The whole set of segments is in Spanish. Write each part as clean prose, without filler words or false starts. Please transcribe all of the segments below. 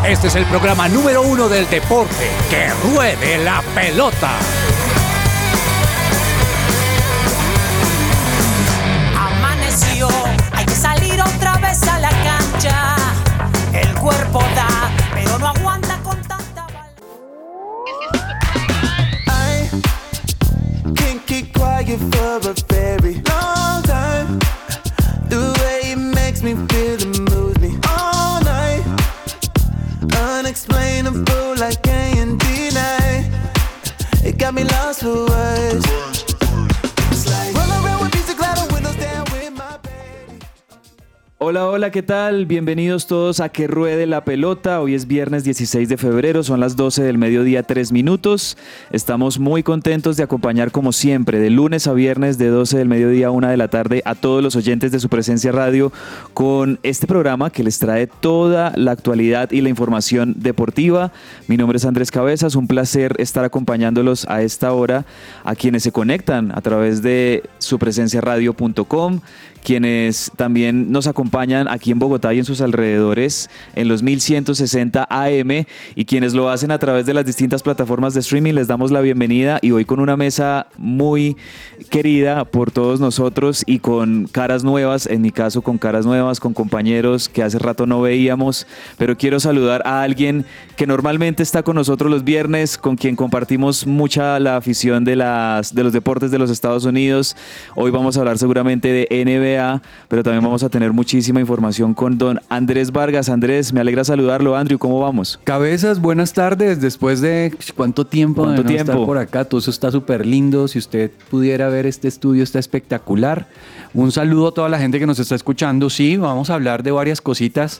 Este es el programa número 1 del deporte. ¡Que ruede la pelota! Amaneció, hay que salir otra vez a la cancha. El cuerpo da, pero no aguanta con tanta I can't keep quiet for a very long time. The way it makes me feel and moves me all night. Unexplainable, I can't deny. It got me lost for words. It's like run around with pizza, glad the windows down with my baby. Hola, hola, ¿qué tal? Bienvenidos todos a Que Ruede la Pelota. Hoy es viernes 16 de febrero, son las 12 del mediodía, 3 minutos. Estamos muy contentos de acompañar como siempre, de lunes a viernes, de 12 del mediodía a 1 de la tarde, a todos los oyentes de Su Presencia Radio con este programa que les trae toda la actualidad y la información deportiva. Mi nombre es Andrés Cabezas, un placer estar acompañándolos a esta hora, a quienes se conectan a través de supresenciaradio.com, quienes también nos acompañan aquí en Bogotá y en sus alrededores en los 1160 AM y quienes lo hacen a través de las distintas plataformas de streaming. Les damos la bienvenida y hoy con una mesa muy querida por todos nosotros y con caras nuevas, en mi caso con caras nuevas, con compañeros que hace rato no veíamos, pero quiero saludar a alguien que normalmente está con nosotros los viernes, con quien compartimos mucha la afición de los deportes de los Estados Unidos. Hoy vamos a hablar seguramente de NBA, pero también vamos a tener muchísima información con don Andrés Vargas. Andrés, me alegra saludarlo. Andrew, ¿cómo vamos? Cabezas, buenas tardes. Después de ¿cuánto tiempo de no estar por acá? Todo eso está súper lindo. Si usted pudiera ver este estudio, está espectacular. Un saludo a toda la gente que nos está escuchando. Sí, vamos a hablar de varias cositas.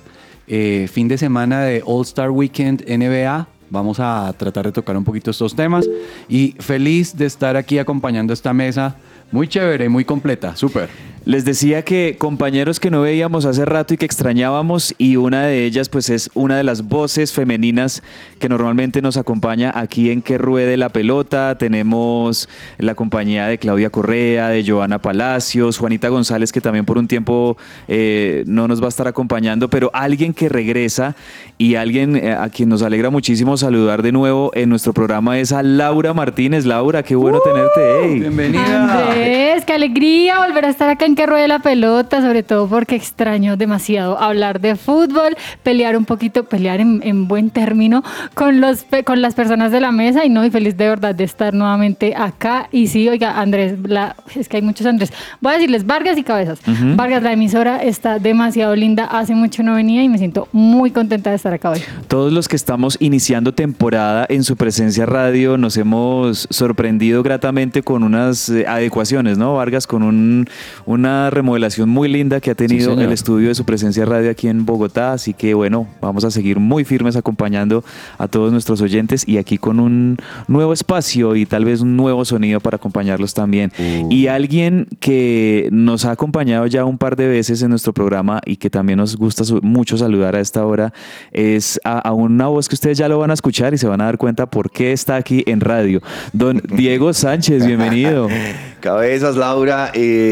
Fin de semana de All-Star Weekend NBA. Vamos a tratar de tocar un poquito estos temas. Y feliz de estar aquí acompañando esta mesa. Muy chévere, muy completa. Súper. Les decía que compañeros que no veíamos hace rato y que extrañábamos, y una de ellas pues es una de las voces femeninas que normalmente nos acompaña aquí en Que Ruede la Pelota. Tenemos la compañía de Claudia Correa, de Joana Palacios, Juanita González, que también por un tiempo no nos va a estar acompañando, pero alguien que regresa y alguien a quien nos alegra muchísimo saludar de nuevo en nuestro programa es a Laura Martínez. Laura, qué bueno tenerte. Hey. Bienvenida. Andrés, qué alegría volver a estar acá en Que Ruede la Pelota, sobre todo porque extraño demasiado hablar de fútbol, pelear un poquito, pelear en buen término con las personas de la mesa, y feliz de verdad de estar nuevamente acá. Y sí, oiga, Andrés, es que hay muchos Andrés. Voy a decirles Vargas y Cabezas. Uh-huh. Vargas, la emisora está demasiado linda, hace mucho no venía y me siento muy contenta de estar acá hoy. Todos los que estamos iniciando temporada en Su Presencia Radio nos hemos sorprendido gratamente con unas adecuaciones, ¿no, Vargas? Con una remodelación muy linda que ha tenido el estudio de Su Presencia Radio aquí en Bogotá, así que bueno, vamos a seguir muy firmes acompañando a todos nuestros oyentes y aquí con un nuevo espacio y tal vez un nuevo sonido para acompañarlos también. Y alguien que nos ha acompañado ya un par de veces en nuestro programa y que también nos gusta mucho saludar a esta hora es a una voz que ustedes ya lo van a escuchar y se van a dar cuenta por qué está aquí en radio. Don Diego Sánchez, bienvenido. Cabezas, Laura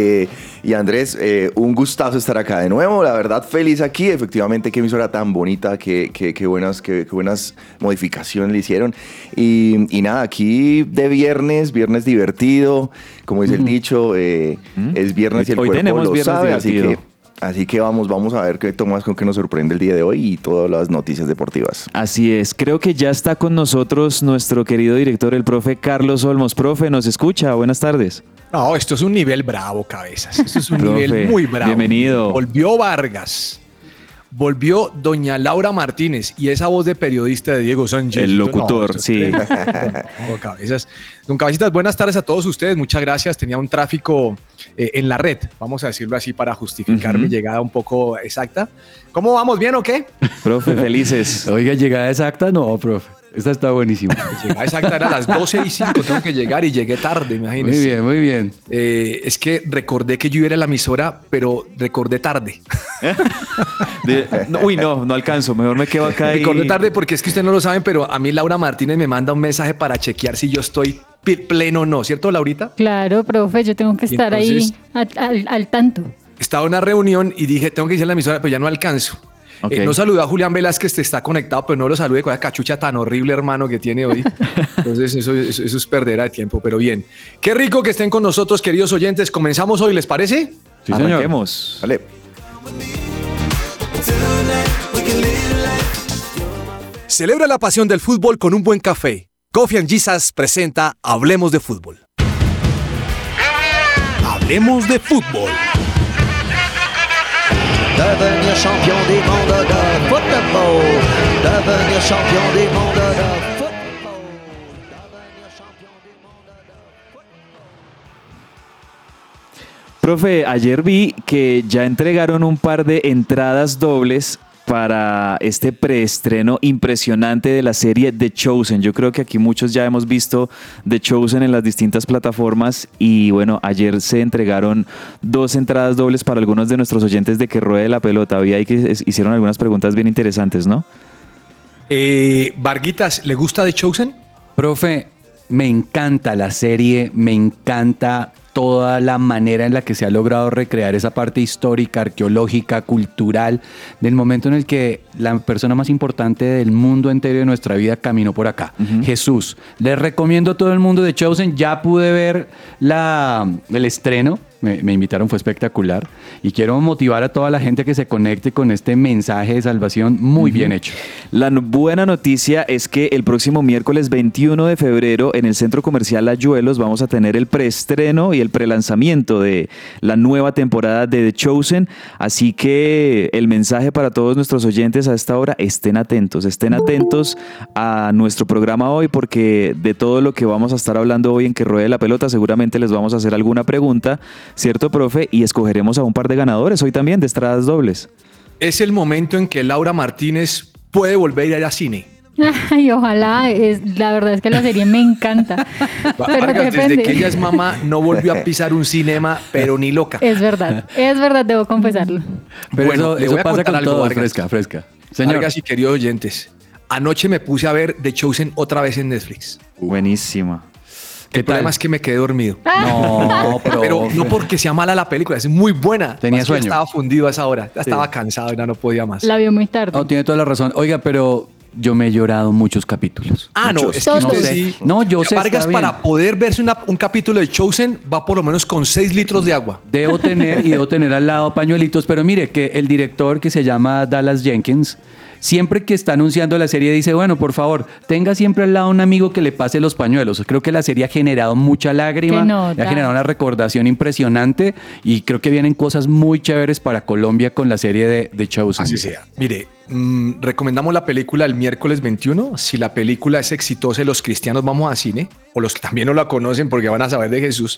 y Andrés, un gustazo estar acá de nuevo. La verdad, feliz aquí. Efectivamente, qué emisora tan bonita, qué buenas modificaciones le hicieron. Y nada, aquí de viernes divertido, como dice el dicho, es viernes y el hoy cuerpo lo sabe, divertido. Así que vamos a ver qué Tomás con qué nos sorprende el día de hoy y todas las noticias deportivas. Así es, creo que ya está con nosotros nuestro querido director, el profe Carlos Olmos. Profe, ¿nos escucha? Buenas tardes. No, esto es un nivel bravo, Cabezas. Esto es un nivel muy bravo. Bienvenido. Volvió Vargas. Volvió doña Laura Martínez y esa voz de periodista de Diego Sánchez. El locutor, sí. Cabezas. Don Cabecitas, buenas tardes a todos ustedes. Muchas gracias. Tenía un tráfico en la red, vamos a decirlo así para justificar mi llegada un poco exacta. ¿Cómo vamos? ¿Bien o qué? Profe, felices. Oiga, llegada exacta, no, profe. Esta está buenísima. Llegada exacta era a las 12:05, tengo que llegar y llegué tarde, imagínense. Muy bien, muy bien. Es que recordé que yo iba a la emisora, pero recordé tarde. No alcanzo, mejor me quedo acá. Recordé tarde porque es que ustedes no lo saben, pero a mí Laura Martínez me manda un mensaje para chequear si yo estoy pleno o no, ¿cierto, Laurita? Claro, profe, yo tengo que estar entonces, ahí al tanto. Estaba en una reunión y dije, tengo que ir a la emisora, pero ya no alcanzo. Okay. No saludé a Julián Velázquez, que está conectado, pero no lo saludé con esa cachucha tan horrible, hermano, que tiene hoy. Entonces eso es perdera de tiempo, pero bien. Qué rico que estén con nosotros, queridos oyentes. Comenzamos hoy, ¿les parece? Sí, arranquemos. Vale. Celebra la pasión del fútbol con un buen café. Coffee and Jesus presenta Hablemos de Fútbol. Hablemos de Fútbol. Devenir champion du monde de football. Devenir champion du monde de football. Devenir champion du monde de football. Profe, ayer vi que ya entregaron un par de entradas dobles para este preestreno impresionante de la serie The Chosen. Yo creo que aquí muchos ya hemos visto The Chosen en las distintas plataformas y bueno, ayer se entregaron 2 entradas dobles para algunos de nuestros oyentes de Que Ruede la Pelota. Había ahí que hicieron algunas preguntas bien interesantes, ¿no? Varguitas, ¿le gusta The Chosen? Profe, me encanta la serie, me encanta toda la manera en la que se ha logrado recrear esa parte histórica, arqueológica, cultural, del momento en el que la persona más importante del mundo entero de nuestra vida caminó por acá, Jesús. Les recomiendo a todo el mundo de Chosen, ya pude ver el estreno, me invitaron, fue espectacular, y quiero motivar a toda la gente que se conecte con este mensaje de salvación muy bien hecho. La buena noticia es que el próximo miércoles 21 de febrero en el Centro Comercial Ayuelos vamos a tener el preestreno y el prelanzamiento de la nueva temporada de The Chosen, así que el mensaje para todos nuestros oyentes a esta hora, estén atentos a nuestro programa hoy, porque de todo lo que vamos a estar hablando hoy en Que Ruede la Pelota seguramente les vamos a hacer alguna pregunta, ¿cierto, profe? Y escogeremos a un par de ganadores hoy también de entradas dobles. Es el momento en que Laura Martínez puede volver a ir al cine. Ay, ojalá, la verdad es que la serie me encanta. Vargas, desde que ella es mamá, no volvió a pisar un cinema, pero ni loca. Es verdad, debo confesarlo. Pero bueno, eso pasa con todo, Vargas. fresca. Señor. Vargas y queridos oyentes, anoche me puse a ver The Chosen otra vez en Netflix. Buenísima. El problema es que me quedé dormido. No, pero no porque sea mala la película, es muy buena. Tenía sueño. Estaba fundido a esa hora, ya estaba cansado y ya no podía más. La vio muy tarde. No, tiene toda la razón. Oiga, pero yo me he llorado muchos capítulos. No, es que usted sí. No, yo sé. Vargas, para poder verse un capítulo de Chosen, va por lo menos con 6 litros de agua. Debo tener al lado pañuelitos, pero mire que el director, que se llama Dallas Jenkins, siempre que está anunciando la serie dice, bueno, por favor, tenga siempre al lado un amigo que le pase los pañuelos. Creo que la serie ha generado mucha lágrima, ha generado una recordación impresionante y creo que vienen cosas muy chéveres para Colombia con la serie de Chosen. Así sea. Mire, recomendamos la película el miércoles 21. Si la película es exitosa y los cristianos vamos a cine, o los que también no la conocen porque van a saber de Jesús,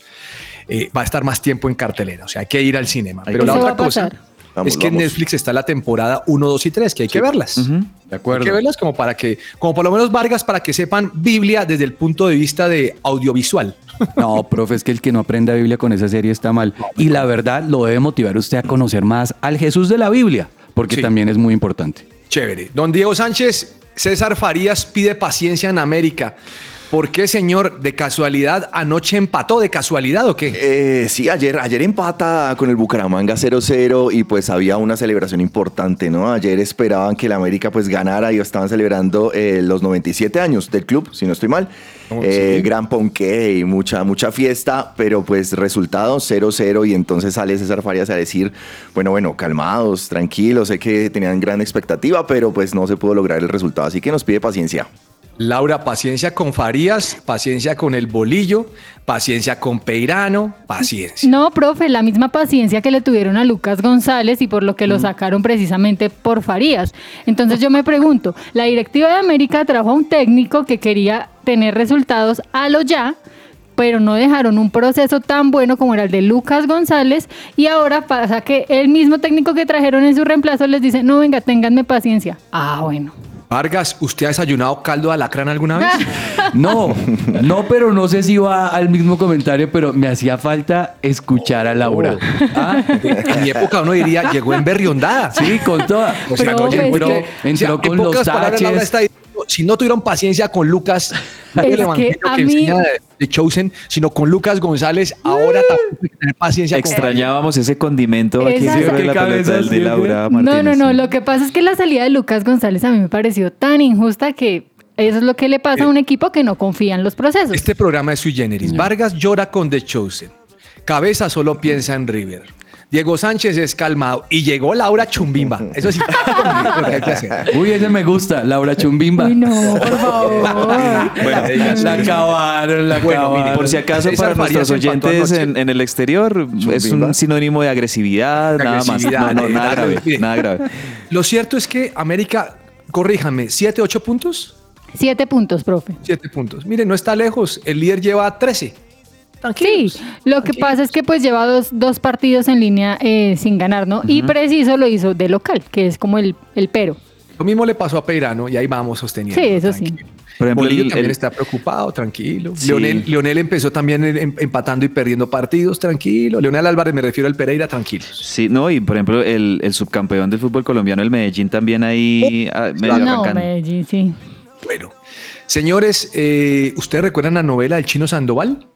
va a estar más tiempo en cartelera. O sea, hay que ir al cinema. Pero la otra cosa es que en Netflix está la temporada 1, 2 y 3, que hay que verlas. De acuerdo. Hay que verlas como por lo menos Vargas, para que sepan Biblia desde el punto de vista de audiovisual. No, profe, es que el que no aprenda Biblia con esa serie está mal. Y la verdad lo debe motivar usted a conocer más al Jesús de la Biblia, porque también es muy importante. Chévere. Don Diego Sánchez, César Farías pide paciencia en América. ¿Por qué, señor? ¿De casualidad anoche empató? ¿De casualidad o qué? Sí, ayer empata con el Bucaramanga 0-0 y pues había una celebración importante, ¿no? Ayer esperaban que el América pues ganara y estaban celebrando los 97 años del club, si no estoy mal. Sí. Gran ponqué y mucha fiesta, pero pues resultado 0-0 y entonces sale César Farías a decir, bueno, calmados, tranquilos, sé que tenían gran expectativa, pero pues no se pudo lograr el resultado, así que nos pide paciencia. Laura, paciencia con Farías, paciencia con el Bolillo, paciencia con Peirano, paciencia. No, profe, la misma paciencia que le tuvieron a Lucas González y por lo que lo sacaron precisamente por Farías. Entonces yo me pregunto, la directiva de América trajo a un técnico que quería tener resultados a lo ya, pero no dejaron un proceso tan bueno como era el de Lucas González y ahora pasa que el mismo técnico que trajeron en su reemplazo les dice, no, venga, ténganme paciencia. Bueno. Vargas, ¿usted ha desayunado caldo de alacrán alguna vez? No, pero no sé si va al mismo comentario, pero me hacía falta escuchar a Laura. En mi época uno diría, llegó en berriondada. Sí, con toda. O sea, entró con los Laura taches. está diciendo, si no tuvieron paciencia con Lucas, Es el evangelio que a que mí- enseña de Chosen, sino con Lucas González, ahora tampoco hay que tener paciencia. con- Extrañábamos ese condimento aquí en Exacto. Que Ruede la Qué Pelota, cabeza, el de sí, Laura No, Martínez. no, sí. lo que pasa es que la salida de Lucas González a mí me pareció tan injusta que eso es lo que le pasa a un equipo que no confía en los procesos. Este programa es sui generis. Vargas llora con The Chosen. Cabeza solo piensa en River. Diego Sánchez es calmado. Y llegó Laura Chumbimba. Eso sí. Lo que hay que hacer. Uy, ese me gusta, Laura Chumbimba. Uy, no, por favor. Bueno, La acabaron, la acabaron. por si acaso César para nuestros Farías empató oyentes anoche. en el exterior es un sinónimo de agresividad, nada más. Agresividad, No, nada grave, mire. nada grave. Lo cierto es que América, corríjame, 7, 8 puntos. 7 puntos, profe. 7 puntos. Mire, no está lejos. El líder lleva 13. Sí, Tranquilos. lo que pasa es que pues lleva dos partidos en línea sin ganar, ¿no? Y preciso lo hizo de local, que es como el pero. Lo mismo le pasó a Peirano y ahí vamos sosteniendo. Sí, eso sí. tranquilo. Por ejemplo, Bolillo el- también el- está preocupado, tranquilo. Sí. Leonel empezó también empatando y perdiendo partidos, tranquilo. Leonel Álvarez, me refiero al Pereira, tranquilos. Sí, no, y por ejemplo, el subcampeón del fútbol colombiano, el Medellín, también ahí medio No, arrancando. Medellín, sí. Bueno, señores, ¿ustedes recuerdan la novela del Chino Sandoval?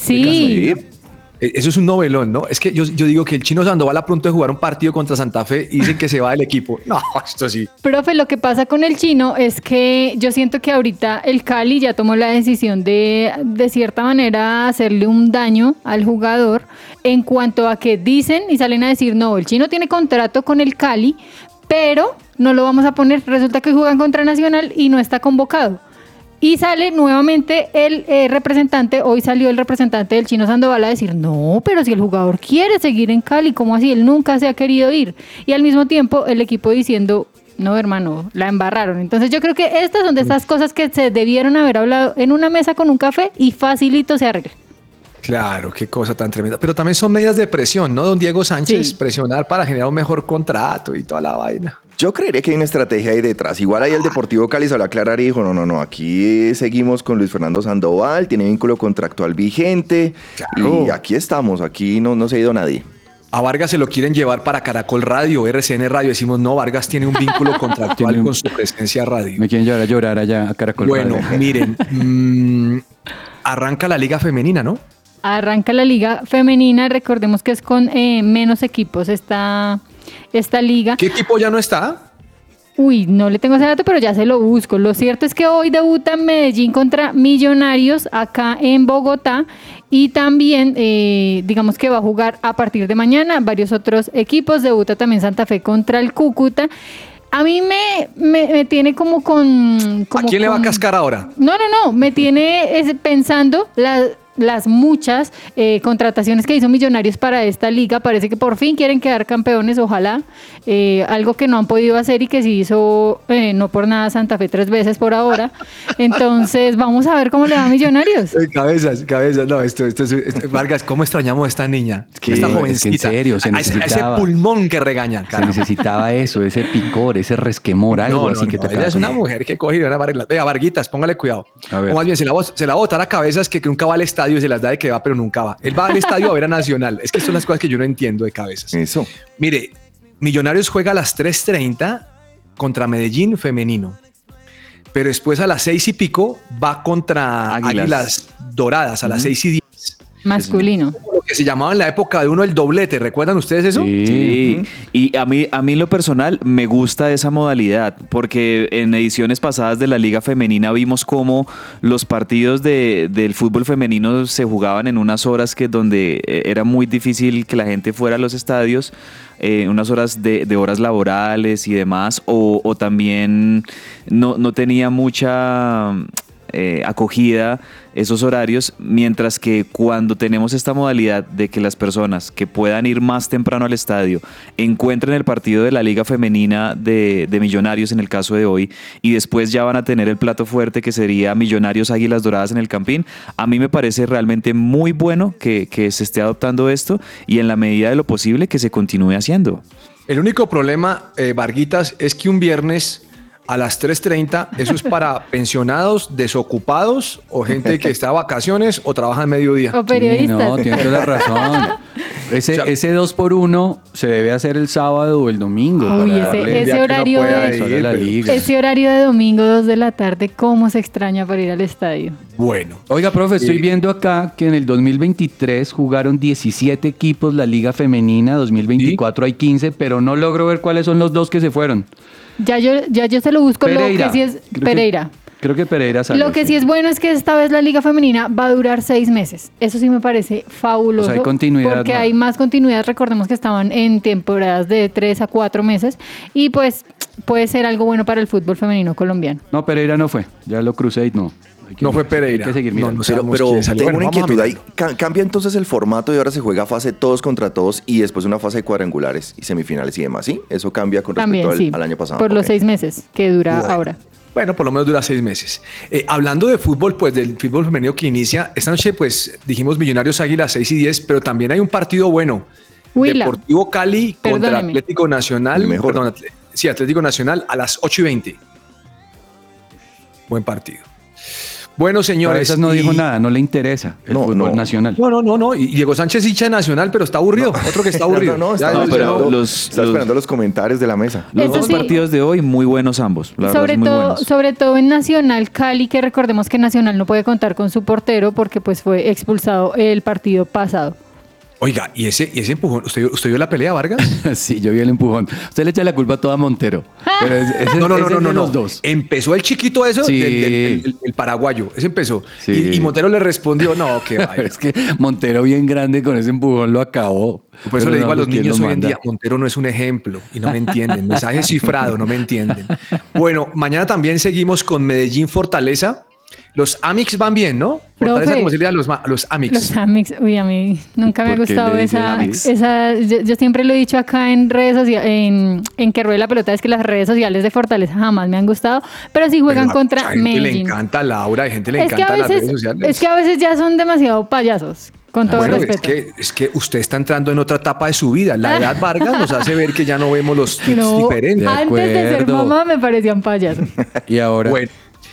Sí, Eso es un novelón, ¿no? Es que yo digo que el Chino Sandoval a punto de jugar un partido contra Santa Fe y dicen que se va del equipo. No, esto sí. profe, lo que pasa con el Chino es que yo siento que ahorita el Cali ya tomó la decisión de cierta manera hacerle un daño al jugador en cuanto a que dicen y salen a decir, no, el Chino tiene contrato con el Cali, pero no lo vamos a poner. Resulta que juegan contra Nacional y no está convocado. Y sale nuevamente el representante, hoy salió el representante del Chino Sandoval a decir, no, pero si el jugador quiere seguir en Cali, ¿cómo así? Él nunca se ha querido ir. Y al mismo tiempo el equipo diciendo, no, hermano, la embarraron. Entonces yo creo que estas son de estas cosas que se debieron haber hablado en una mesa con un café y facilito se arregla. Claro, qué cosa tan tremenda. Pero también son medidas de presión, ¿no? Don Diego Sánchez, Sí. presionar para generar un mejor contrato y toda la vaina. Yo creería que hay una estrategia ahí detrás. Igual ahí el Deportivo Cali salió a aclarar y dijo, no, aquí seguimos con Luis Fernando Sandoval, tiene vínculo contractual vigente Claro. y aquí estamos, aquí no se ha ido nadie. A Vargas se lo quieren llevar para Caracol Radio, RCN Radio. Decimos, no, Vargas tiene un vínculo contractual Tiene un- con su presencia radio. Me quieren llevar a llorar allá a Caracol. Bueno, Radio. miren, arranca la Liga Femenina, ¿no? Arranca la liga femenina, recordemos que es con menos equipos esta liga. ¿Qué equipo ya no está? Uy, no le tengo ese dato, pero ya se lo busco. Lo cierto es que hoy debuta Medellín contra Millonarios acá en Bogotá y también digamos que va a jugar a partir de mañana varios otros equipos. Debuta también Santa Fe contra el Cúcuta. A mí me tiene como con... ¿A quién le va a cascar ahora? No, me tiene pensando las muchas contrataciones que hizo Millonarios para esta liga. Parece que por fin quieren quedar campeones, ojalá. Algo que no han podido hacer y que sí hizo no por nada Santa Fe 3 veces por ahora. Entonces vamos a ver cómo le va a Millonarios. Cabezas. No, esto es Vargas, ¿cómo extrañamos a esta niña? que- esta es que en jovencita. serio, se a ese necesitaba. pulmón que regaña. Se necesitaba eso, ese picor, ese resquemor, algo así que ella tocaba. es una mujer que coge y van a barrer. Vea, Varguitas, póngale cuidado. A ver. O más bien, se la va a botar a Cabezas que nunca va al estadio y se las da de que va, pero nunca va. Él va al estadio a ver a Nacional. Es que son las cosas que yo no entiendo de Cabezas. Eso. Mire, Millonarios juega a las 3:30 contra Medellín femenino. Pero después a las 6 y pico va contra Águilas Doradas a las 6:10. Masculino. Lo que se llamaba en la época de uno el doblete. ¿Recuerdan ustedes eso? Sí, y a mí en lo personal me gusta esa modalidad, porque en ediciones pasadas de la Liga Femenina vimos cómo los partidos del fútbol femenino se jugaban en unas horas donde era muy difícil que la gente fuera a los estadios, unas horas de horas laborales y demás, o también no tenía mucha acogida esos horarios, mientras que cuando tenemos esta modalidad de que las personas que puedan ir más temprano al estadio encuentren el partido de la Liga Femenina de Millonarios en el caso de hoy y después ya van a tener el plato fuerte que sería Millonarios Águilas Doradas en el Campín, a mí me parece realmente muy bueno que se esté adoptando esto y en la medida de lo posible que se continúe haciendo. El único problema, Varguitas, es que un viernes a las 3:30, eso es para pensionados, desocupados o gente que está de vacaciones o trabaja en mediodía. O periodistas. No, tienes toda la razón. Ese 2x1 se debe hacer el sábado o el domingo. Uy, ese horario ese horario de domingo 2 de la tarde, ¿cómo se extraña para ir al estadio? Bueno. Oiga, profe, estoy viendo acá que en el 2023 jugaron 17 equipos la Liga Femenina, 2024 hay 15, pero no logro ver cuáles son los 2 que se fueron. Ya yo se lo busco. Pereira. Lo que sí es Pereira. Creo que Pereira salió. Lo que sí es bueno es que esta vez la Liga Femenina va a durar 6 meses. Eso sí me parece fabuloso. Pues hay continuidad. Porque hay más continuidad. Recordemos que estaban en temporadas de 3 a 4 meses. Y pues puede ser algo bueno para el fútbol femenino colombiano. No, Pereira no fue. Ya lo crucé y no. No fue Pereira. Hay que seguir mirando. Pero tengo una inquietud ahí. ¿Cambia entonces el formato y ahora se juega fase todos contra todos y después una fase de cuadrangulares y semifinales y demás? ¿Sí? ¿Eso cambia con respecto al año pasado? Por los 6 meses que dura ahora. Bueno, por lo menos dura 6 meses. Hablando de fútbol, pues del fútbol femenino que inicia, esta noche pues dijimos Millonarios Águilas 6 y 10, pero también hay un partido bueno. Huila. Deportivo Cali contra Atlético Nacional. Atlético Nacional a las 8:20. Buen partido. Bueno, señores. Para esas no dijo nada, no le interesa el fútbol nacional. No. Y Diego Sánchez hincha de Nacional, pero está aburrido. Otro que está aburrido. Está esperando los comentarios de la mesa. Los dos partidos de hoy, muy buenos ambos. Sobre todo en Nacional Cali, que recordemos que Nacional no puede contar con su portero porque pues fue expulsado el partido pasado. Oiga, ¿y ese empujón? ¿Usted vio la pelea, Vargas? Sí, yo vi el empujón. Usted le echa la culpa a toda Montero. Pero no. Los dos. Empezó el chiquito eso, sí. el paraguayo. Ese empezó. Sí. Y Montero le respondió, no, qué vaya. Es que Montero bien grande con ese empujón lo acabó. Por eso le digo a los niños hoy en día, Montero no es un ejemplo y no me entienden. Mensaje cifrado, no me entienden. Bueno, mañana también seguimos con Medellín Fortaleza. Los Amix van bien, ¿no? Fortaleza, como se le llama los Amix. Los Amix, uy, a mí nunca me ha gustado esa yo siempre lo he dicho acá en redes sociales, en que ruede la pelota, es que las redes sociales de Fortaleza jamás me han gustado, pero si juegan contra Medellín. A gente le encanta Laura, a gente le encanta las redes sociales. Es que a veces ya son demasiado payasos. Con todo respeto. Es que usted está entrando en otra etapa de su vida. La edad Vargas nos hace ver que ya no vemos los tips diferentes. Antes de ser mamá me parecían payasos. Y ahora. Bueno.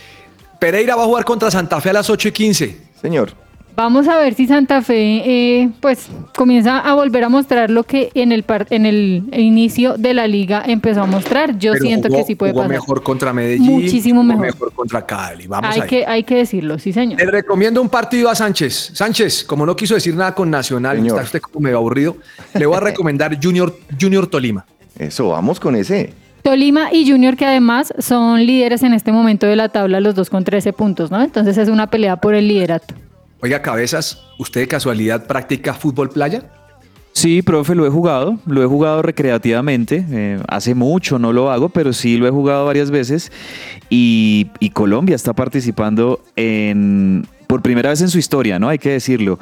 Pereira va a jugar contra Santa Fe a las 8:15. Señor. Vamos a ver si Santa Fe pues comienza a volver a mostrar lo que en el inicio de la liga empezó a mostrar. Yo siento que sí puede pasar. Mejor contra Medellín. Muchísimo mejor contra Cali. Hay que decirlo, sí señor. Le recomiendo un partido a Sánchez. Sánchez, como no quiso decir nada con Nacional, está usted como medio aburrido, le voy a recomendar Junior Tolima. Eso, vamos con ese. Tolima y Junior, que además son líderes en este momento de la tabla, los dos con 13 puntos, ¿no? Entonces es una pelea por el liderato. Oiga, Cabezas, ¿usted de casualidad practica fútbol playa? Sí, profe, lo he jugado recreativamente, hace mucho no lo hago, pero sí lo he jugado varias veces y Colombia está participando por primera vez en su historia, ¿no? Hay que decirlo.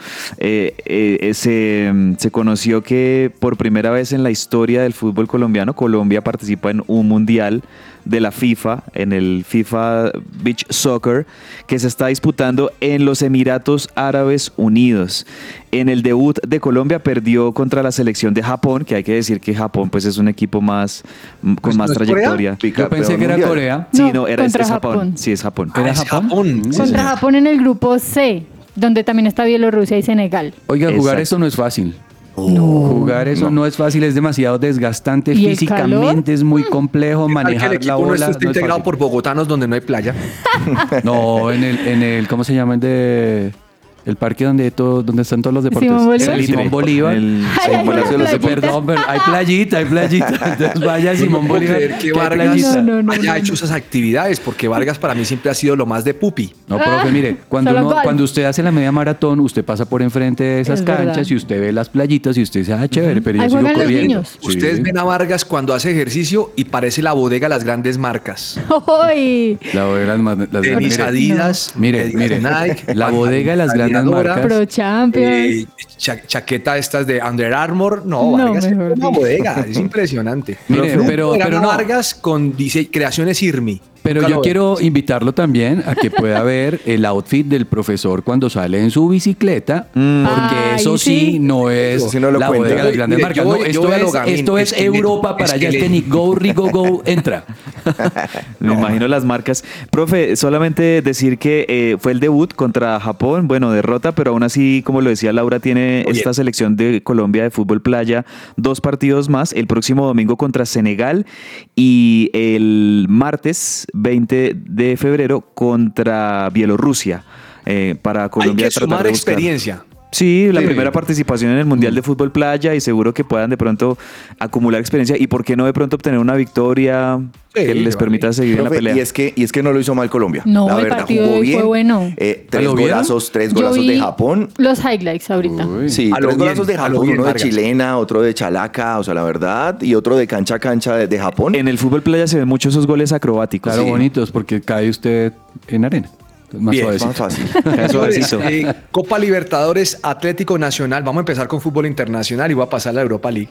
Se conoció que por primera vez en la historia del fútbol colombiano, Colombia participa en un mundial de la FIFA, en el FIFA Beach Soccer, que se está disputando en los Emiratos Árabes Unidos. En el debut de Colombia perdió contra la selección de Japón, que hay que decir que Japón pues es un equipo con más trayectoria. Yo pensé que era Corea. Sí, no, es Japón. Sí, es Japón. ¿Era Japón? Contra Japón en el grupo C, donde también está Bielorrusia y Senegal. Oiga, jugar eso no es fácil. Jugar eso no es fácil, es demasiado desgastante físicamente, es muy complejo manejar la bola. Esto está integrado por bogotanos donde no hay playa. No, en el ¿cómo se llama? El parque donde están todos los deportes. Simón Bolívar. Perdón, pero hay playita. Entonces vaya Simón Bolívar. Que Vargas haya hecho esas actividades, porque Vargas para mí siempre ha sido lo más de pupi. No, profe, mire, cuando usted hace la media maratón, usted pasa por enfrente de esas canchas y usted ve las playitas y usted dice, chévere, pero yo sigo corriendo. Ustedes ven a Vargas cuando hace ejercicio y parece la bodega de las grandes marcas. La bodega de las grandes marcas. Adidas, mire, Nike, la bodega de las grandes marcas. Pro Champions. Chaqueta estas de Under Armour. Vargas es una bodega, es impresionante. Mire, pero no. Vargas con creaciones IRMI. Pero yo quiero invitarlo también a que pueda ver el outfit del profesor cuando sale en su bicicleta, porque eso sí no es la bodega de las grandes marcas. Esto es Europa para allá, es que ni Go, Rigo, Go entra. Me imagino las marcas. Profe, solamente decir que fue el debut contra Japón, bueno, derrota, pero aún así, como lo decía Laura, tiene esta selección de Colombia de fútbol playa 2 partidos más, el próximo domingo contra Senegal y el martes 20 de febrero contra Bielorrusia. Para Colombia hay que sumar experiencia. Sí, la primera participación en el Mundial de Fútbol Playa y seguro que puedan de pronto acumular experiencia y por qué no de pronto obtener una victoria que les permita seguir en la pelea. Y es que no lo hizo mal Colombia. No, la el verdad, partido jugó bien. fue bueno. 3 golazos de Japón. Los highlights ahorita. Sí, 3 golazos de Japón, uno de chilena, otro de chalaca, o sea, la verdad, y otro de cancha a cancha de Japón. En el Fútbol Playa se ven muchos esos goles acrobáticos. Claro, bonitos, porque cae usted en arena. Más bien, más fácil. Copa Libertadores, Atlético Nacional. Vamos a empezar con fútbol internacional y voy a pasar a la Europa League.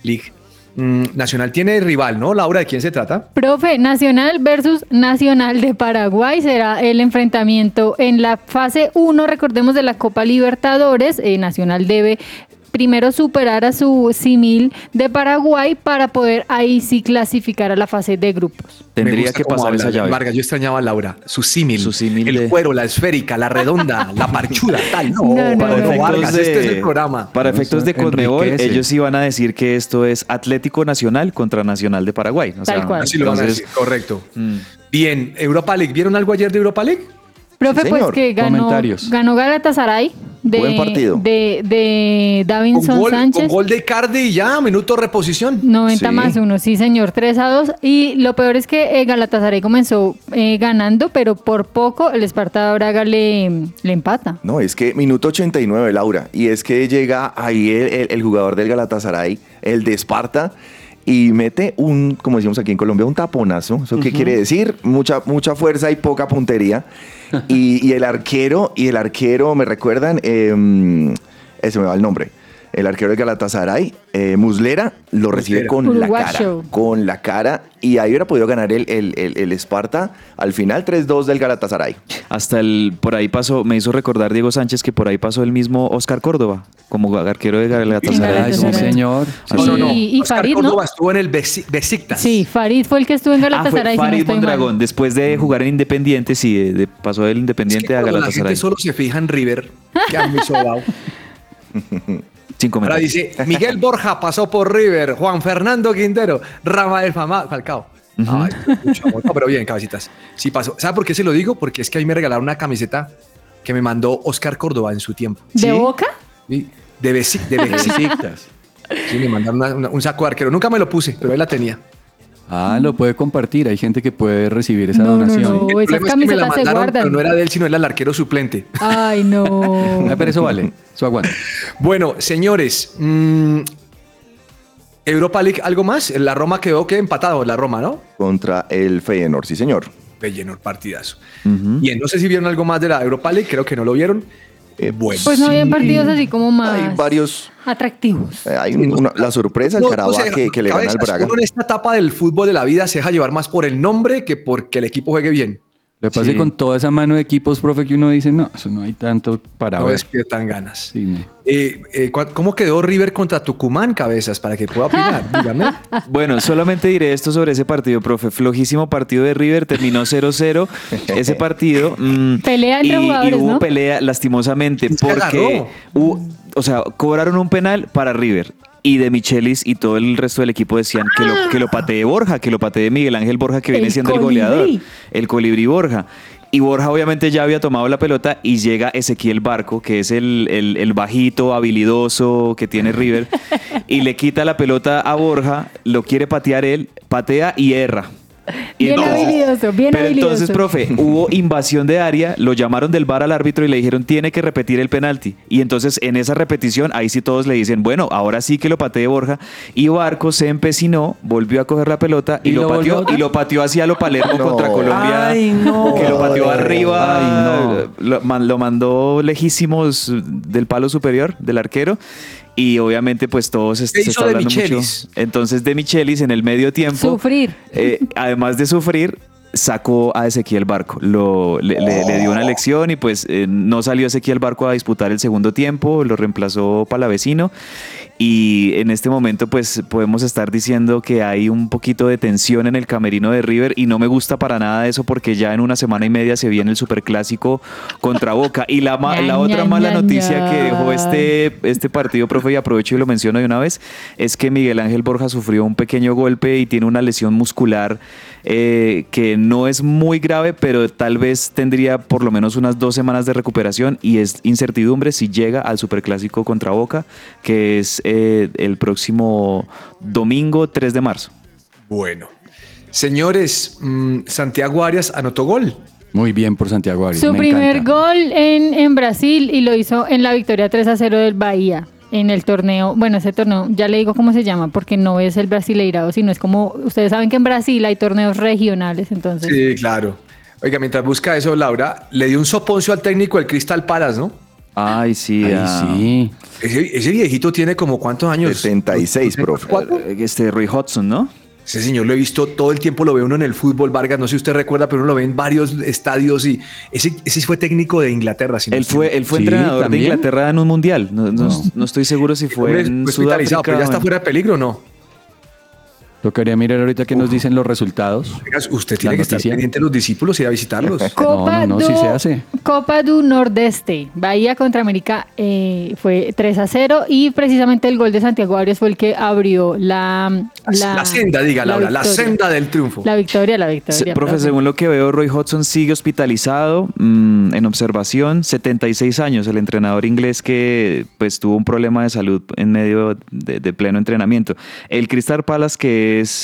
Nacional tiene rival, ¿no? Laura, ¿de quién se trata? Profe, Nacional versus Nacional de Paraguay será el enfrentamiento en la fase 1, recordemos, de la Copa Libertadores. Nacional debe primero superar a su símil de Paraguay para poder ahí sí clasificar a la fase de grupos. Tendría que pasar esa llave. Vargas, yo extrañaba a Laura. Su símil. El de... cuero, la esférica, la redonda, la parchuda, tal. No, Vargas, este es el programa. Para efectos de Conmebol, ellos iban a decir que esto es Atlético Nacional contra Nacional de Paraguay. O sea, tal cual. Así lo van a decir, correcto. Bien, Europa League. ¿Vieron algo ayer de Europa League? Profe, sí, pues que ganó Galatasaray buen partido. de Davinson Sánchez. Con gol de Icardi y ya, minuto de reposición. 90 más 1, sí señor, 3-2. Y lo peor es que Galatasaray comenzó ganando, pero por poco el Sparta Braga le empata. No, es que minuto 89, Laura. Y es que llega ahí el jugador del Galatasaray, el de Sparta, y mete como decimos aquí en Colombia, un taponazo. ¿Eso qué quiere decir? Mucha fuerza y poca puntería. Y el arquero, ¿me recuerdan? Ese me va el nombre. El arquero de Galatasaray, Muslera, lo recibe con la cara. Y ahí hubiera podido ganar el Sparta. Al final, 3-2 del Galatasaray. Hasta por ahí pasó, me hizo recordar Diego Sánchez que por ahí pasó el mismo Oscar Córdoba, como arquero de Galatasaray. Sí, señor. No. Y Oscar Farid, Córdoba ¿no? estuvo en el Besiktas. Sí, Farid fue el que estuvo en Galatasaray. Fue Farid Mondragón, después de jugar en Independiente, sí, pasó del Independiente a Galatasaray. La gente solo se fija en River, que han muy sobao. Sin comentar. Ahora dice, Miguel Borja pasó por River, Juan Fernando Quintero, Rafael Falcao. Ay, mucho amor. No, pero bien, cabecitas. Sí pasó. ¿Sabe por qué se lo digo? Porque es que a mí me regalaron una camiseta que me mandó Oscar Córdoba en su tiempo. ¿De Boca? Sí, de Besiktas. Sí, me mandaron un saco de arquero. Nunca me lo puse, pero él la tenía. Lo puede compartir. Hay gente que puede recibir esa donación. No, esas camisetas se guardan. Pero no era de él, sino era el arquero suplente. Ay, no. Pero eso vale, eso aguanta. Bueno, señores, Europa League, ¿algo más? La Roma quedó empatado, la Roma, ¿no? Contra el Feyenoord, sí señor. Feyenoord, partidazo. Bien, no sé si vieron algo más de la Europa League, creo que no lo vieron. Bueno, pues no habían partidos así como más hay varios atractivos. Hay la sorpresa, el Carabao que le gana al Braga. Uno en esta etapa del fútbol de la vida se deja llevar más por el nombre que porque el equipo juegue bien. Le pasa con toda esa mano de equipos, profe, que uno dice, no, eso no hay tanto para ver. No despiertan ganas. Sí, no. ¿Cómo quedó River contra Tucumán, cabezas? Para que pueda opinar, dígame. Bueno, solamente diré esto sobre ese partido, profe. Flojísimo partido de River, terminó 0-0 ese partido. Pelea entre jugadores, y hubo ¿no? pelea lastimosamente porque cobraron un penal para River. Y de Michelis y todo el resto del equipo decían que lo patee Borja, que lo patee Miguel Ángel Borja, que viene siendo el goleador. El colibrí Borja. Y Borja obviamente ya había tomado la pelota y llega Ezequiel Barco, que es el bajito, habilidoso que tiene River, y le quita la pelota a Borja, lo quiere patear él, patea y erra. Bien habilidoso, bien Pero habilidoso. entonces, profe, hubo invasión de área, lo llamaron del VAR al árbitro y le dijeron tiene que repetir el penalti. Y entonces en esa repetición, ahí sí todos le dicen, bueno, ahora sí que lo patee Borja. Y Barco se empecinó, volvió a coger la pelota y lo pateó hacia lo Palermo contra Colombia. Ay, no. Que lo pateó arriba, Ay, no. lo mandó lejísimos del palo superior del arquero. Y obviamente pues todos se está hablando mucho. Entonces de Michelis en el medio tiempo. Sufrir. Además de sufrir, sacó a Ezequiel Barco. Le dio una lección y pues no salió Ezequiel Barco a disputar el segundo tiempo, lo reemplazó Palavecino. y en este momento pues podemos estar diciendo que hay un poquito de tensión en el camerino de River y no me gusta para nada eso porque ya en una semana y media se viene el Superclásico contra Boca. Y la otra mala noticia que dejó este partido, profe, y aprovecho y lo menciono de una vez, es que Miguel Ángel Borja sufrió un pequeño golpe y tiene una lesión muscular que no es muy grave, pero tal vez tendría por lo menos unas 2 semanas de recuperación y es incertidumbre si llega al Superclásico contra Boca, que es el próximo domingo 3 de marzo. Bueno, señores, Santiago Arias anotó gol. Muy bien por Santiago Arias. Su primer encanta. gol en Brasil y lo hizo en la victoria 3-0 del Bahía. En el torneo, bueno, ese torneo, ya le digo cómo se llama, porque no es el Brasileirado, sino es como, ustedes saben que en Brasil hay torneos regionales, entonces. Sí, claro. Oiga, mientras busca eso, Laura, le dio un soponcio al técnico del Crystal Palace, ¿no? Ay, sí. Sí. Ese viejito tiene como ¿cuántos años? 76, profe. Roy Hodgson, ¿no? Ese señor lo he visto todo el tiempo, lo ve uno en el fútbol, Vargas, no sé si usted recuerda, pero uno lo ve en varios estadios y ese fue técnico de Inglaterra. Si no él fue entrenador ¿también? de Inglaterra en un mundial. No estoy seguro si fue en Sudáfrica. Pero ya está fuera de peligro, ¿no? Tocaría mirar ahorita qué nos dicen los resultados. Usted tiene que estar pendiente de los discípulos y ir a visitarlos. No, sí se hace. Copa do Nordeste, Bahía contra América fue 3-0 y precisamente el gol de Santiago Arias fue el que abrió la senda, diga Laura, la senda del triunfo. La victoria. Profe, según lo que veo, Roy Hodgson sigue hospitalizado en observación, 76 años, el entrenador inglés que pues tuvo un problema de salud en medio de pleno entrenamiento. El Crystal Palace, que es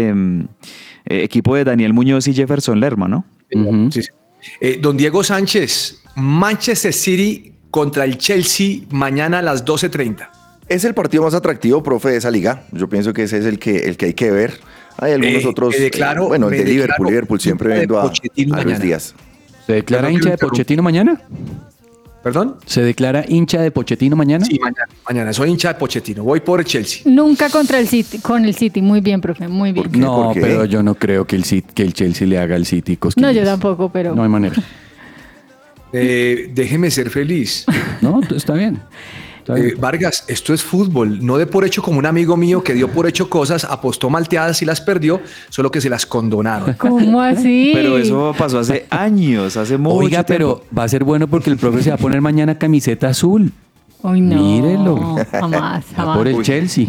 equipo de Daniel Muñoz y Jefferson Lerma, ¿no? Sí. Don Diego Sánchez, Manchester City contra el Chelsea mañana a las 12:30. Es el partido más atractivo, profe, de esa liga. Yo pienso que ese es el que hay que ver. Hay algunos otros. Bueno, el de Liverpool siempre viendo a Luis Díaz. ¿Se declara hincha de Pochettino mañana? ¿Perdón? ¿Se declara hincha de Pochettino mañana? Sí, mañana. Soy hincha de Pochettino. Voy por el Chelsea. Nunca contra el City, con el City. Muy bien, profe, muy bien. No, pero yo no creo que el Chelsea le haga al City cosquillas. No, yo tampoco, pero... No hay manera. Déjeme ser feliz. No, está bien. Vargas, esto es fútbol. No de por hecho como un amigo mío que dio por hecho cosas, apostó malteadas y las perdió, solo que se las condonaron. ¿Cómo así? Pero eso pasó hace años, hace mucho Oiga, tiempo. pero va a ser bueno porque el profe se va a poner mañana camiseta azul. Uy, no. Mírelo. Jamás. Va por el Chelsea.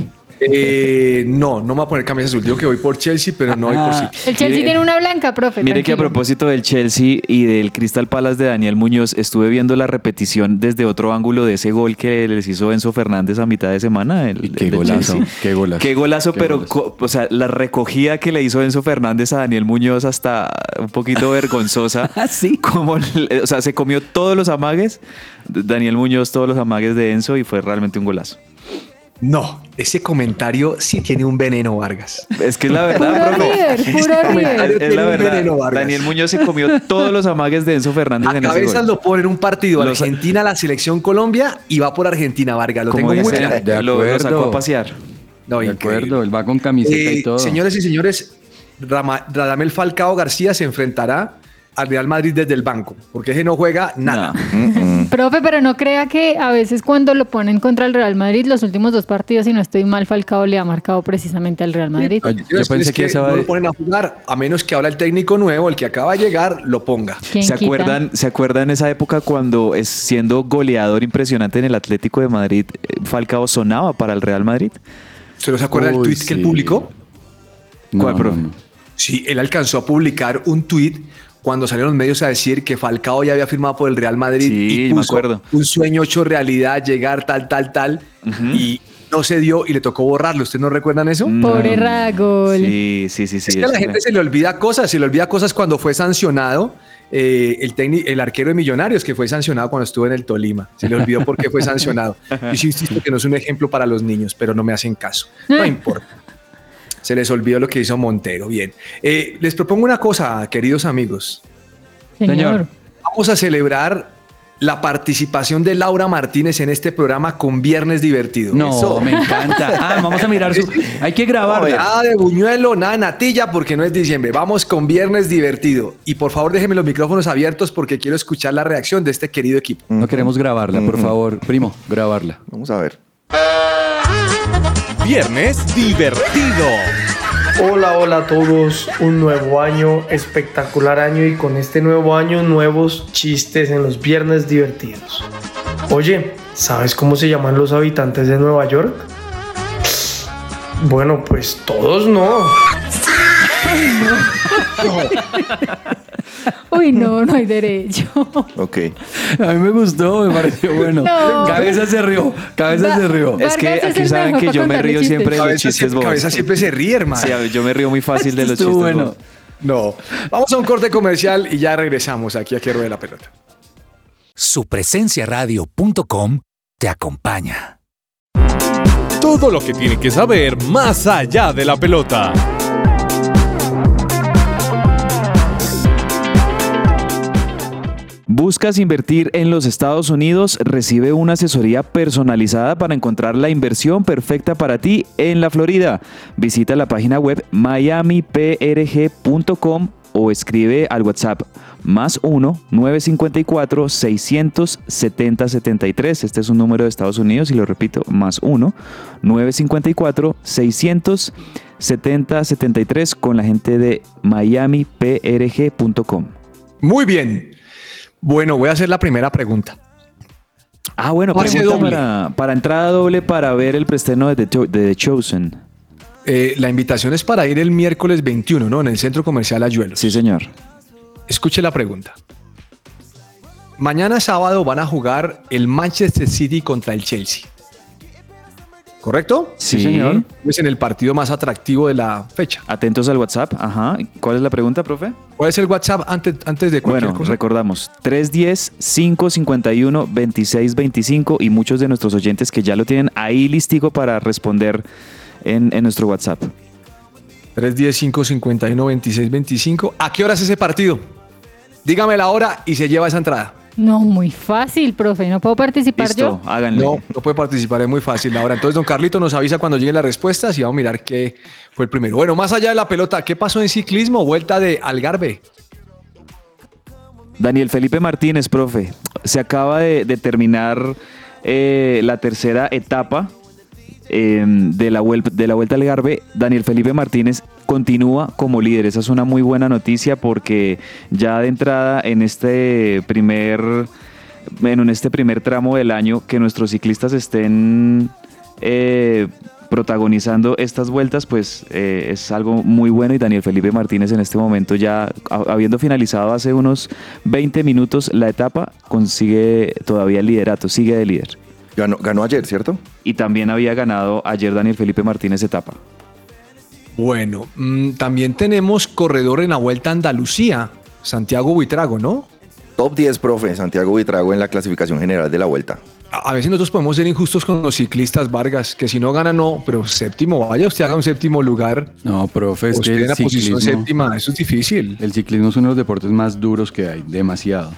No me voy a poner camisa azul. Digo que voy por Chelsea, pero no voy por City. El Chelsea tiene una blanca, profe. Mire que a propósito del Chelsea y del Crystal Palace de Daniel Muñoz, estuve viendo la repetición desde otro ángulo de ese gol que les hizo Enzo Fernández a mitad de semana. Qué golazo. Qué golazo, pero o sea, la recogida que le hizo Enzo Fernández a Daniel Muñoz hasta un poquito vergonzosa. Sí. Como, o sea, se comió todos los amagues, Daniel Muñoz, todos los amagues de Enzo y fue realmente un golazo. No, ese comentario sí tiene un veneno, Vargas. Es que es la verdad, profe. Puro River. Es la verdad. Daniel Muñoz se comió todos los amagues de Enzo Fernández en ese gol. A cabezas lo pone en un partido Argentina, la selección Colombia y va por Argentina, Vargas. Lo tengo muy claro. Lo sacó a pasear. No, de acuerdo, él va con camiseta y todo. Señores y señores, Radamel Falcao García se enfrentará al Real Madrid desde el banco, porque ese no juega nada. Profe, pero no crea que a veces cuando lo ponen contra el Real Madrid, los últimos 2 partidos, si no estoy mal, Falcao le ha marcado precisamente al Real Madrid. Yo pensé que no lo ponen a jugar, a menos que ahora el técnico nuevo, el que acaba de llegar, lo ponga. ¿Se acuerdan esa época cuando, siendo goleador impresionante en el Atlético de Madrid, Falcao sonaba para el Real Madrid? ¿Se los acuerda del tuit que él publicó? ¿Cuál, profe? Sí, él alcanzó a publicar un tuit cuando salieron los medios a decir que Falcao ya había firmado por el Real Madrid y puso un sueño hecho realidad, llegar tal, y no se dio y le tocó borrarlo. ¿Ustedes no recuerdan eso? Pobre Ragol. Sí. Es que a la gente se le olvida cosas cuando fue sancionado el arquero de Millonarios, que fue sancionado cuando estuvo en el Tolima. Se le olvidó por qué fue sancionado. Yo sí insisto que no es un ejemplo para los niños, pero no me hacen caso. No importa. Se les olvidó lo que hizo Montero. Bien. Les propongo una cosa, queridos amigos. Señor. Vamos a celebrar la participación de Laura Martínez en este programa con Viernes Divertido. No, eso me encanta. Vamos a mirar hay que grabarla. Nada de buñuelo, nada de natilla, porque no es diciembre. Vamos con Viernes Divertido. Y por favor, déjenme los micrófonos abiertos porque quiero escuchar la reacción de este querido equipo. No queremos grabarla, por favor. Primo, grabarla. Vamos a ver. Viernes divertido. Hola a todos, un nuevo año, espectacular año y con este nuevo año nuevos chistes en los viernes divertidos. Oye, ¿sabes cómo se llaman los habitantes de Nueva York? Bueno, pues todos no. Uy, no hay derecho. Ok. A mí me gustó, me pareció bueno. No. Cabeza se rió. Es que aquí saben que yo me río siempre de los chistes bobos. Cabeza siempre se ríe, hermano. Sí, yo me río muy fácil de los chistes bobos. No. Vamos a un corte comercial y ya regresamos aquí a Que Ruede la Pelota. Supresenciaradio.com te acompaña. Todo lo que tiene que saber más allá de la pelota. ¿Buscas invertir en los Estados Unidos? Recibe una asesoría personalizada para encontrar la inversión perfecta para ti en la Florida. Visita la página web miamiprg.com o escribe al WhatsApp +1 954 670 73. Este es un número de Estados Unidos y lo repito, +1 954 670 73 con la gente de miamiprg.com. Muy bien. Bueno, voy a hacer la primera pregunta. Bueno, para entrada doble para ver el preestreno de The Chosen. La invitación es para ir el miércoles 21, ¿no? En el Centro Comercial Ayuelos. Sí, señor. Escuche la pregunta. Mañana sábado van a jugar el Manchester City contra el Chelsea. ¿Correcto? Sí, señor. Es en el partido más atractivo de la fecha. Atentos al WhatsApp. Ajá. ¿Cuál es la pregunta, profe? ¿Cuál es el WhatsApp antes de cualquier cosa? Recordamos, 310-551-2625 y muchos de nuestros oyentes que ya lo tienen ahí listico para responder en nuestro WhatsApp. 310-551-2625. ¿A qué hora es ese partido? Dígame la hora y se lleva esa entrada. No, muy fácil, profe. ¿No puedo participar yo? Háganle. No puede participar, es muy fácil. Ahora, entonces, don Carlito nos avisa cuando lleguen las respuestas y vamos a mirar qué fue el primero. Bueno, más allá de la pelota, ¿qué pasó en ciclismo? Vuelta de Algarve. Daniel Felipe Martínez, profe. Se acaba de terminar la tercera etapa de la Vuelta al Algarve. Daniel Felipe Martínez continúa como líder. Esa es una muy buena noticia porque ya de entrada en este primer tramo del año que nuestros ciclistas estén protagonizando estas vueltas, pues es algo muy bueno y Daniel Felipe Martínez en este momento ya habiendo finalizado hace unos 20 minutos la etapa consigue todavía el liderato, sigue de líder. Ganó ayer, ¿cierto? Y también había ganado ayer Daniel Felipe Martínez etapa. Bueno, también tenemos corredor en la Vuelta a Andalucía, Santiago Buitrago, ¿no? Top 10, profe, Santiago Buitrago en la clasificación general de la Vuelta. A veces nosotros podemos ser injustos con los ciclistas, Vargas, que si no gana, no, pero séptimo, vaya usted haga un séptimo lugar. No, profe, es usted que en la posición séptima, eso es difícil. El ciclismo es uno de los deportes más duros que hay, demasiado.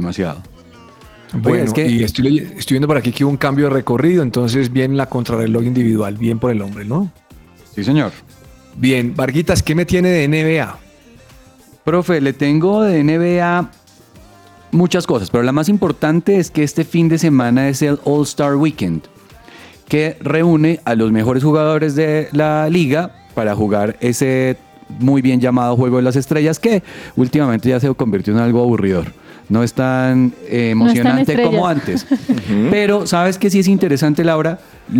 Bueno, es que, y estoy viendo por aquí que hubo un cambio de recorrido, entonces viene la contrarreloj individual, bien por el hombre, ¿no? Sí, señor. Bien, Varguitas, ¿qué me tiene de NBA? Profe, le tengo de NBA muchas cosas, pero la más importante es que este fin de semana es el All-Star Weekend, que reúne a los mejores jugadores de la liga para jugar ese muy bien llamado Juego de las Estrellas, que últimamente ya se convirtió en algo aburridor. No es tan emocionante como antes. Pero, ¿sabes qué sí es interesante, Laura?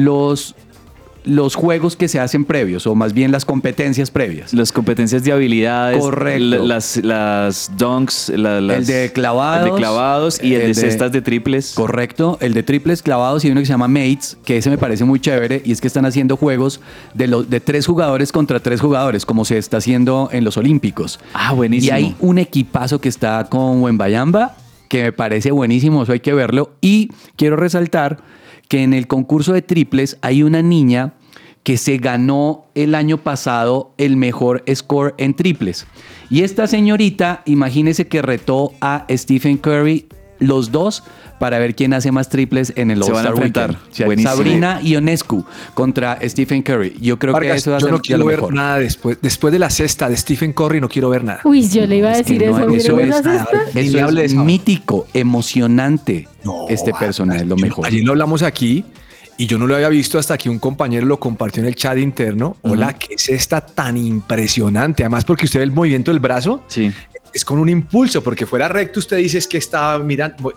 Los juegos que se hacen previos, o más bien las competencias previas. Las competencias de habilidades. Correcto. Las dunks. El de clavados. Y el de cestas de triples. Correcto. El de triples, clavados y uno que se llama mates, que ese me parece muy chévere, y es que están haciendo juegos de 3 jugadores contra 3 jugadores, como se está haciendo en los Olímpicos. Ah, buenísimo. Y hay un equipazo que está con Wembayamba, que me parece buenísimo, eso hay que verlo. Y quiero resaltar que en el concurso de triples hay una niña que se ganó el año pasado el mejor score en triples. Y esta señorita, imagínese que retó a Stephen Curry, los dos, para ver quién hace más triples en el All-Star Weekend. Sabrina Ionescu contra Stephen Curry. Yo creo Vargas, que eso va a ser lo quiero ver mejor. nada después de la cesta de Stephen Curry, no quiero ver nada. Uy, yo le iba a decir eso. Eso ¿Vieron es, la cesta? eso es mítico, emocionante. Este personaje es lo mejor. Ayer lo hablamos aquí Y yo no lo había visto hasta que un compañero lo compartió en el chat interno. Hola, ¿qué es esta tan impresionante? Además, porque usted ve el movimiento del brazo, sí, es con un impulso, porque fuera recto usted dice es que está mirando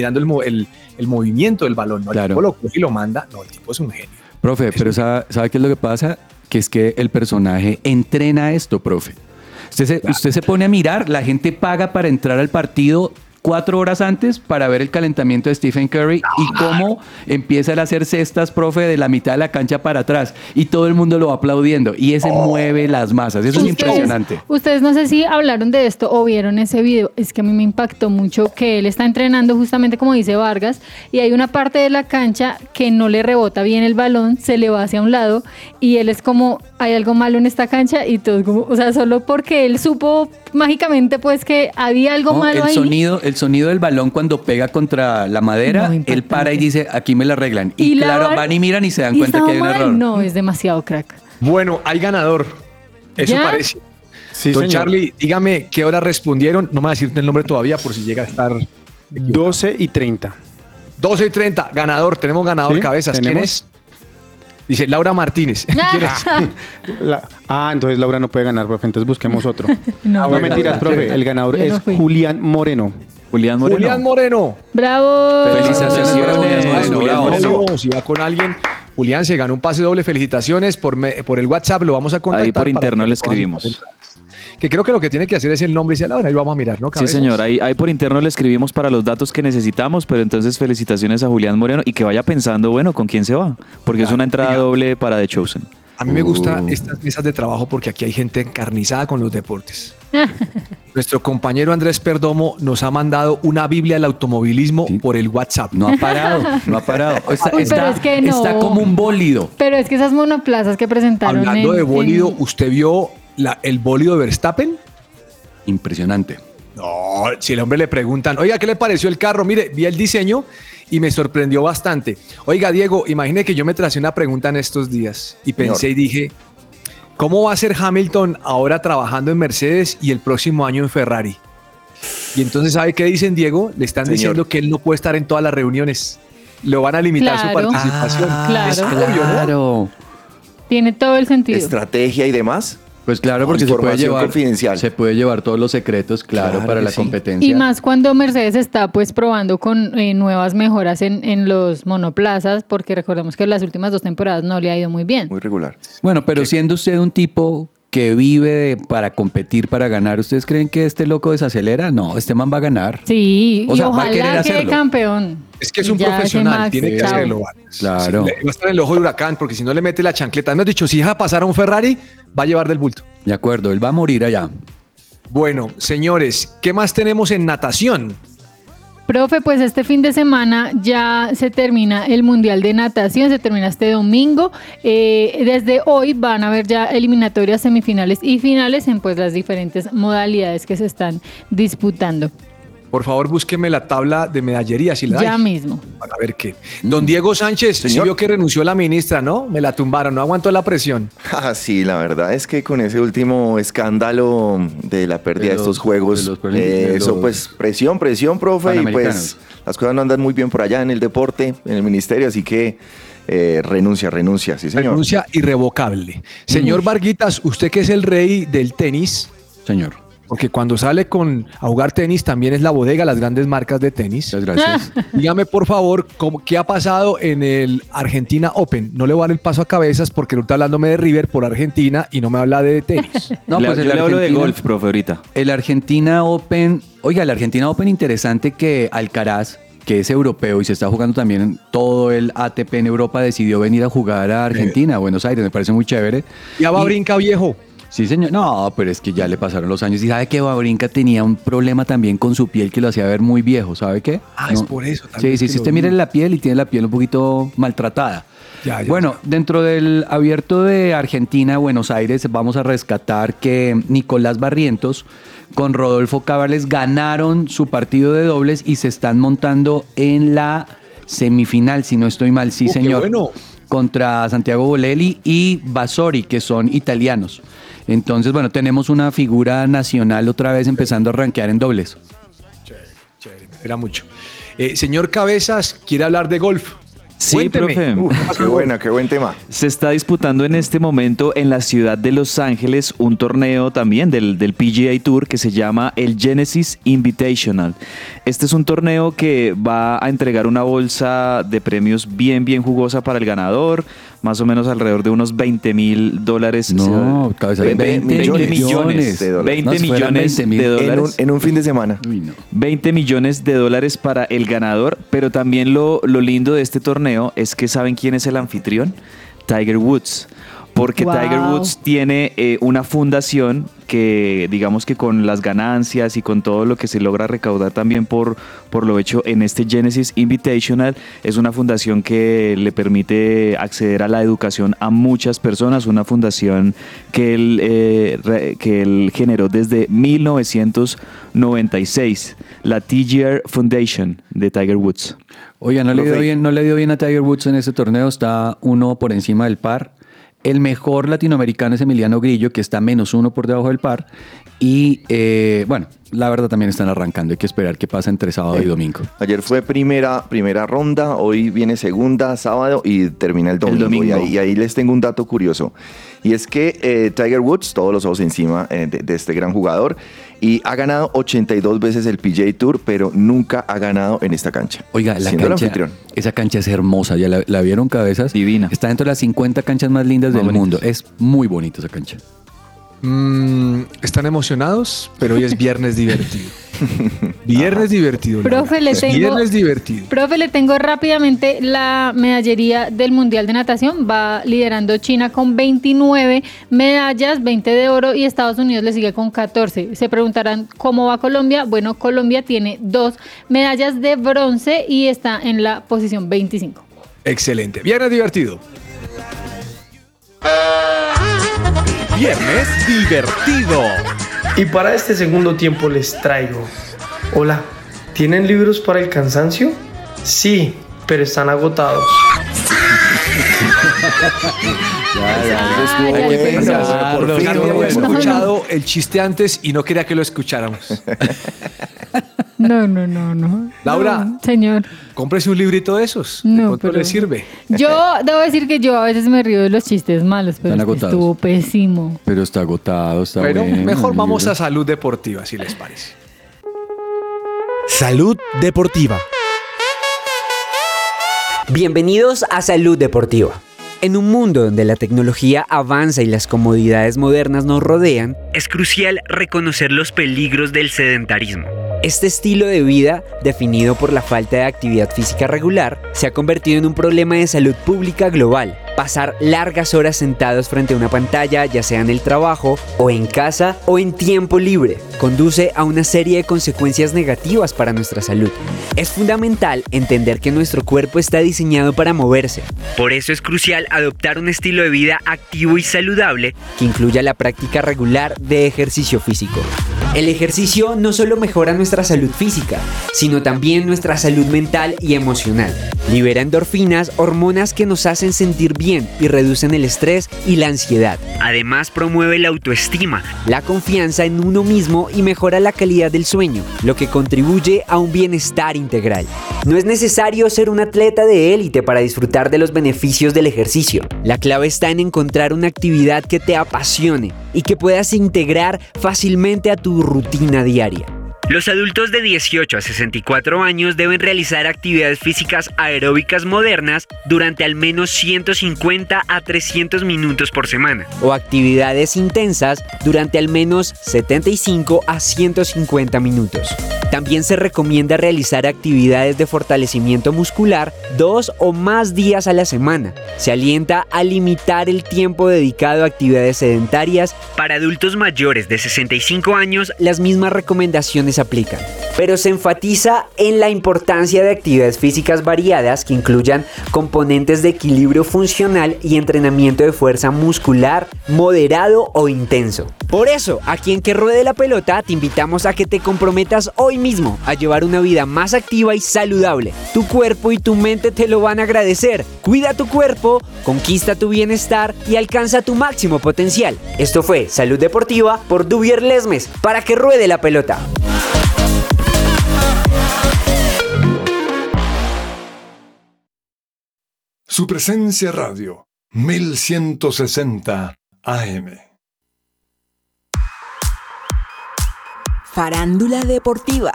el movimiento del balón, ¿no? El tipo lo coge y lo manda. No, el tipo es un genio. Profe, pero ¿sabe qué es lo que pasa? Que es que el personaje entrena esto, profe. Usted se pone a mirar, la gente paga para entrar al partido 4 horas antes para ver el calentamiento de Stephen Curry y cómo empieza a hacer cestas, profe, de la mitad de la cancha para atrás y todo el mundo lo va aplaudiendo y ese mueve las masas. Eso es impresionante. Ustedes no sé si hablaron de esto o vieron ese video. Es que a mí me impactó mucho que él está entrenando justamente como dice Vargas y hay una parte de la cancha que no le rebota bien el balón, se le va hacia un lado y él es como, hay algo malo en esta cancha y todo como, o sea, solo porque él supo mágicamente pues que había algo malo ahí. El sonido del balón cuando pega contra la madera, él para y dice, aquí me la arreglan. Y claro, van y miran y se dan cuenta que hay un error. No, es demasiado crack. Bueno, hay ganador. Eso ¿Ya? parece. Sí, Don señor. Charlie, dígame qué hora respondieron. No me va a decirte el nombre todavía por si llega a estar 12:30. 12:30. Ganador. Tenemos ganador, ¿Sí? Cabezas. ¿Quién ¿Tenemos? es? Dice Laura Martínez. ¿Quién es? Entonces Laura no puede ganar, profe. Entonces busquemos otro. No, No mentiras, profe. El ganador Yo no es fui. Julián Moreno. Julián Moreno. Julián Moreno. ¡Bravo! Felicitaciones, Julián bravo. Moreno. Si va con alguien, Julián se ganó un pase doble. Felicitaciones por el WhatsApp. Lo vamos a contactar. Ahí por para interno que le podamos escribimos. encontrar. Que creo que lo que tiene que hacer es el nombre y dice Laura. Ahí vamos a mirar, ¿no? Sí, Cabezas? señor, ahí por interno le escribimos para los datos que necesitamos, pero entonces felicitaciones a Julián Moreno y que vaya pensando, bueno, ¿con quién se va? Porque es una entrada doble para The Chosen. A mí me gustan estas mesas de trabajo porque aquí hay gente encarnizada con los deportes. Nuestro compañero Andrés Perdomo nos ha mandado una Biblia del automovilismo por el WhatsApp. No ha parado. Pero es que no. Está como un bólido. Pero es que esas monoplazas que presentaron Hablando de bólido, ¿usted vio el bólido de Verstappen? Impresionante. No, si el hombre le preguntan, oiga, ¿qué le pareció el carro? Mire, vi el diseño y me sorprendió bastante. Oiga, Diego, imagine que yo me tracé una pregunta en estos días y pensé y dije, ¿cómo va a ser Hamilton ahora trabajando en Mercedes y el próximo año en Ferrari? Y entonces, ¿sabe qué dicen, Diego? Le están diciendo que él no puede estar en todas las reuniones. Le van a limitar su participación. Claro. Tiene todo el sentido. Estrategia y demás. Pues claro, porque se puede llevar todos los secretos, claro para la competencia. Y más cuando Mercedes está pues probando con nuevas mejoras en los monoplazas, porque recordemos que las últimas 2 temporadas no le ha ido muy bien. Muy regular. Bueno, pero siendo usted un tipo que vive para competir, para ganar, ¿ustedes creen que este loco desacelera? No, este man va a ganar. Sí, o sea, va a querer ojalá quede hacerlo. campeón. Es que es un profesional, tiene que hacerlo. Claro. Va a estar en el ojo de huracán, porque si no le mete la chancleta. Hemos dicho, si deja pasar a un Ferrari, va a llevar del bulto. De acuerdo, él va a morir allá. Bueno, señores, ¿qué más tenemos en natación? Profe, pues este fin de semana ya se termina el Mundial de Natación, se termina este domingo. Desde hoy van a haber ya eliminatorias, semifinales y finales en pues las diferentes modalidades que se están disputando. Por favor, búsqueme la tabla de medallería, si la hay. Ya mismo. Para ver qué. Don Diego Sánchez, sí vio que renunció la ministra, ¿no? Me la tumbaron, no aguantó la presión. Sí, la verdad es que con ese último escándalo de la pérdida de estos juegos, pues presión, profe, y pues las cosas no andan muy bien por allá en el deporte, en el ministerio, así que renuncia, sí señor. Renuncia irrevocable. Señor Varguitas, usted que es el rey del tenis. Señor. Porque cuando sale a jugar tenis también es la bodega, las grandes marcas de tenis. Muchas gracias. Dígame, por favor, ¿qué ha pasado en el Argentina Open? No le voy a dar el paso a Cabezas porque no está hablándome de River por Argentina y no me habla de tenis. No, pues yo le hablo de golf, profe, ahorita. El Argentina Open, oiga, el Argentina Open interesante que Alcaraz, que es europeo y se está jugando también todo el ATP en Europa, decidió venir a jugar a Argentina, a Buenos Aires, me parece muy chévere. Ya va brinca viejo. Sí, señor. No, pero es que ya le pasaron los años. Y sabe que Wawrinka tenía un problema también con su piel que lo hacía ver muy viejo, ¿sabe qué? Es por eso. Sí, si usted mira la piel y tiene la piel un poquito maltratada. Bueno, dentro del abierto de Argentina, Buenos Aires, vamos a rescatar que Nicolás Barrientos con Rodolfo Cavalles ganaron su partido de dobles y se están montando en la semifinal, si no estoy mal. Sí, señor. Qué bueno. Contra Santiago Bolelli y Basori, que son italianos. Entonces, bueno, tenemos una figura nacional otra vez empezando a rankear en dobles. Chévere, era mucho. Señor Cabezas, ¿quiere hablar de golf? Sí, Cuénteme. profe. Qué buen tema. Se está disputando en este momento en la ciudad de Los Ángeles un torneo también del PGA Tour que se llama el Genesis Invitational. Este es un torneo que va a entregar una bolsa de premios bien jugosa para el ganador, más o menos alrededor de unos $20,000. No, cabeza, 20 millones de dólares. 20 millones de dólares. En un fin de semana. 20 millones de dólares para el ganador, pero también lo lindo de este torneo es que ¿saben quién es el anfitrión? Tiger Woods. Porque Wow. Tiger Woods tiene una fundación que, digamos que con las ganancias y con todo lo que se logra recaudar también por lo hecho en este Genesis Invitational, es una fundación que le permite acceder a la educación a muchas personas, una fundación que él generó desde 1996, la TGR Foundation de Tiger Woods. Oiga, no le dio bien a Tiger Woods en ese torneo, está uno por encima del par. El mejor latinoamericano es Emiliano Grillo, que está -1 por debajo del par. Y bueno, la verdad también están arrancando. Hay que esperar qué pasa entre sábado y domingo. Ayer fue primera ronda, hoy viene segunda, sábado y termina el domingo. Y ahí les tengo un dato curioso. Y es que Tiger Woods, todos los ojos encima de este gran jugador, y ha ganado 82 veces el PGA Tour, pero nunca ha ganado en esta cancha. Oiga, esa cancha es hermosa. ¿Ya la vieron, cabezas? Divina. Está dentro de las 50 canchas más lindas del mundo. Es muy bonita esa cancha. Están emocionados, pero hoy es viernes divertido. Viernes divertido. Profe, Viernes divertido. Profe, le tengo rápidamente la medallería del Mundial de Natación. Va liderando China con 29 medallas, 20 de oro, y Estados Unidos le sigue con 14. Se preguntarán cómo va Colombia. Bueno, Colombia tiene 2 medallas de bronce y está en la posición 25. Excelente. Viernes divertido. Viernes divertido. Y para este segundo tiempo les traigo. Hola, ¿tienen libros para el cansancio? Sí, pero están agotados. Por fin había escuchado el chiste antes y no quería que lo escucháramos. No. Laura, no, señor, cómprese un librito de esos. No, ¿Cuánto pero le sirve? Yo debo decir que yo a veces me río de los chistes malos, pero Están agotados. estuvo pésimo. Pero está agotado, está Bueno, bueno. mejor vamos a salud deportiva, si les parece. Salud deportiva. Bienvenidos a Salud Deportiva. En un mundo donde la tecnología avanza y las comodidades modernas nos rodean, es crucial reconocer los peligros del sedentarismo. Este estilo de vida, definido por la falta de actividad física regular, se ha convertido en un problema de salud pública global. Pasar largas horas sentados frente a una pantalla, ya sea en el trabajo, o en casa, o en tiempo libre, conduce a una serie de consecuencias negativas para nuestra salud. Es fundamental entender que nuestro cuerpo está diseñado para moverse. Por eso es crucial adoptar un estilo de vida activo y saludable que incluya la práctica regular de ejercicio físico. El ejercicio no solo mejora nuestra salud física, sino también nuestra salud mental y emocional. Libera endorfinas, hormonas que nos hacen sentir bien y reducen el estrés y la ansiedad. Además, promueve la autoestima, la confianza en uno mismo y mejora la calidad del sueño, lo que contribuye a un bienestar integral. No es necesario ser un atleta de élite para disfrutar de los beneficios del ejercicio. La clave está en encontrar una actividad que te apasione y que puedas integrar fácilmente a tu rutina diaria. Los adultos de 18 a 64 años deben realizar actividades físicas aeróbicas modernas durante al menos 150 a 300 minutos por semana, o actividades intensas durante al menos 75 a 150 minutos. También se recomienda realizar actividades de fortalecimiento muscular 2 o más días a la semana. Se alienta a limitar el tiempo dedicado a actividades sedentarias. Para adultos mayores de 65 años, las mismas recomendaciones aplican, pero se enfatiza en la importancia de actividades físicas variadas que incluyan componentes de equilibrio funcional y entrenamiento de fuerza muscular moderado o intenso. Por eso, aquí en Que Ruede la Pelota te invitamos a que te comprometas hoy mismo a llevar una vida más activa y saludable. Tu cuerpo y tu mente te lo van a agradecer. Cuida tu cuerpo, conquista tu bienestar y alcanza tu máximo potencial. Esto fue Salud Deportiva por Dubier Lesmes para Que Ruede la Pelota. Su presencia radio, 1160 AM. Farándula deportiva.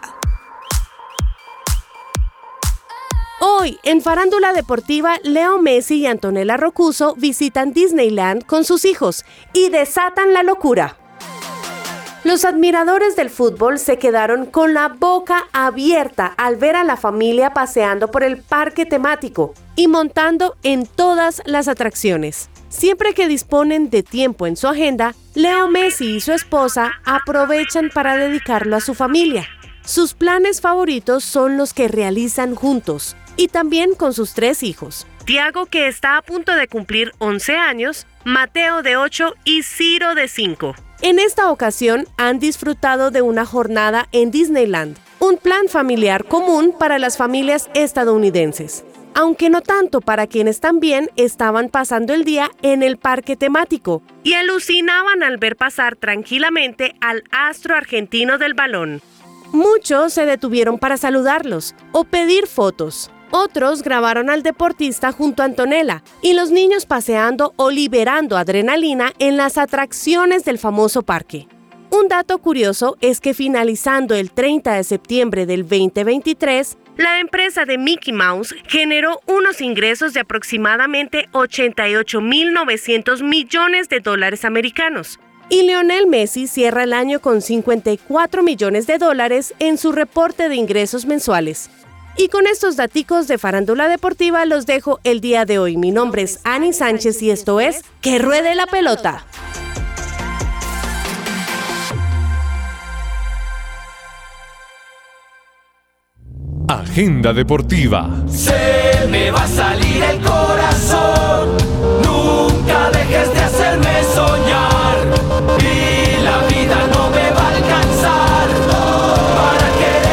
Hoy, en Farándula Deportiva, Leo Messi y Antonella Roccuzzo visitan Disneyland con sus hijos y desatan la locura. Los admiradores del fútbol se quedaron con la boca abierta al ver a la familia paseando por el parque temático y montando en todas las atracciones. Siempre que disponen de tiempo en su agenda, Leo Messi y su esposa aprovechan para dedicarlo a su familia. Sus planes favoritos son los que realizan juntos y también con sus 3 hijos. Tiago, que está a punto de cumplir 11 años, Mateo de 8 y Ciro de 5. En esta ocasión han disfrutado de una jornada en Disneyland, un plan familiar común para las familias estadounidenses, aunque no tanto para quienes también estaban pasando el día en el parque temático y alucinaban al ver pasar tranquilamente al astro argentino del balón. Muchos se detuvieron para saludarlos o pedir fotos. Otros grabaron al deportista junto a Antonella y los niños paseando o liberando adrenalina en las atracciones del famoso parque. Un dato curioso es que finalizando el 30 de septiembre del 2023, la empresa de Mickey Mouse generó unos ingresos de aproximadamente 88.900 millones de dólares americanos. Y Lionel Messi cierra el año con 54 millones de dólares en su reporte de ingresos mensuales. Y con estos daticos de Farándula Deportiva los dejo el día de hoy. Mi nombre es Ani Sánchez y esto es Que Ruede la Pelota. Agenda deportiva. Se me va a salir el corazón. Nunca dejes de hacerme soñar. Y la vida no me va a alcanzar para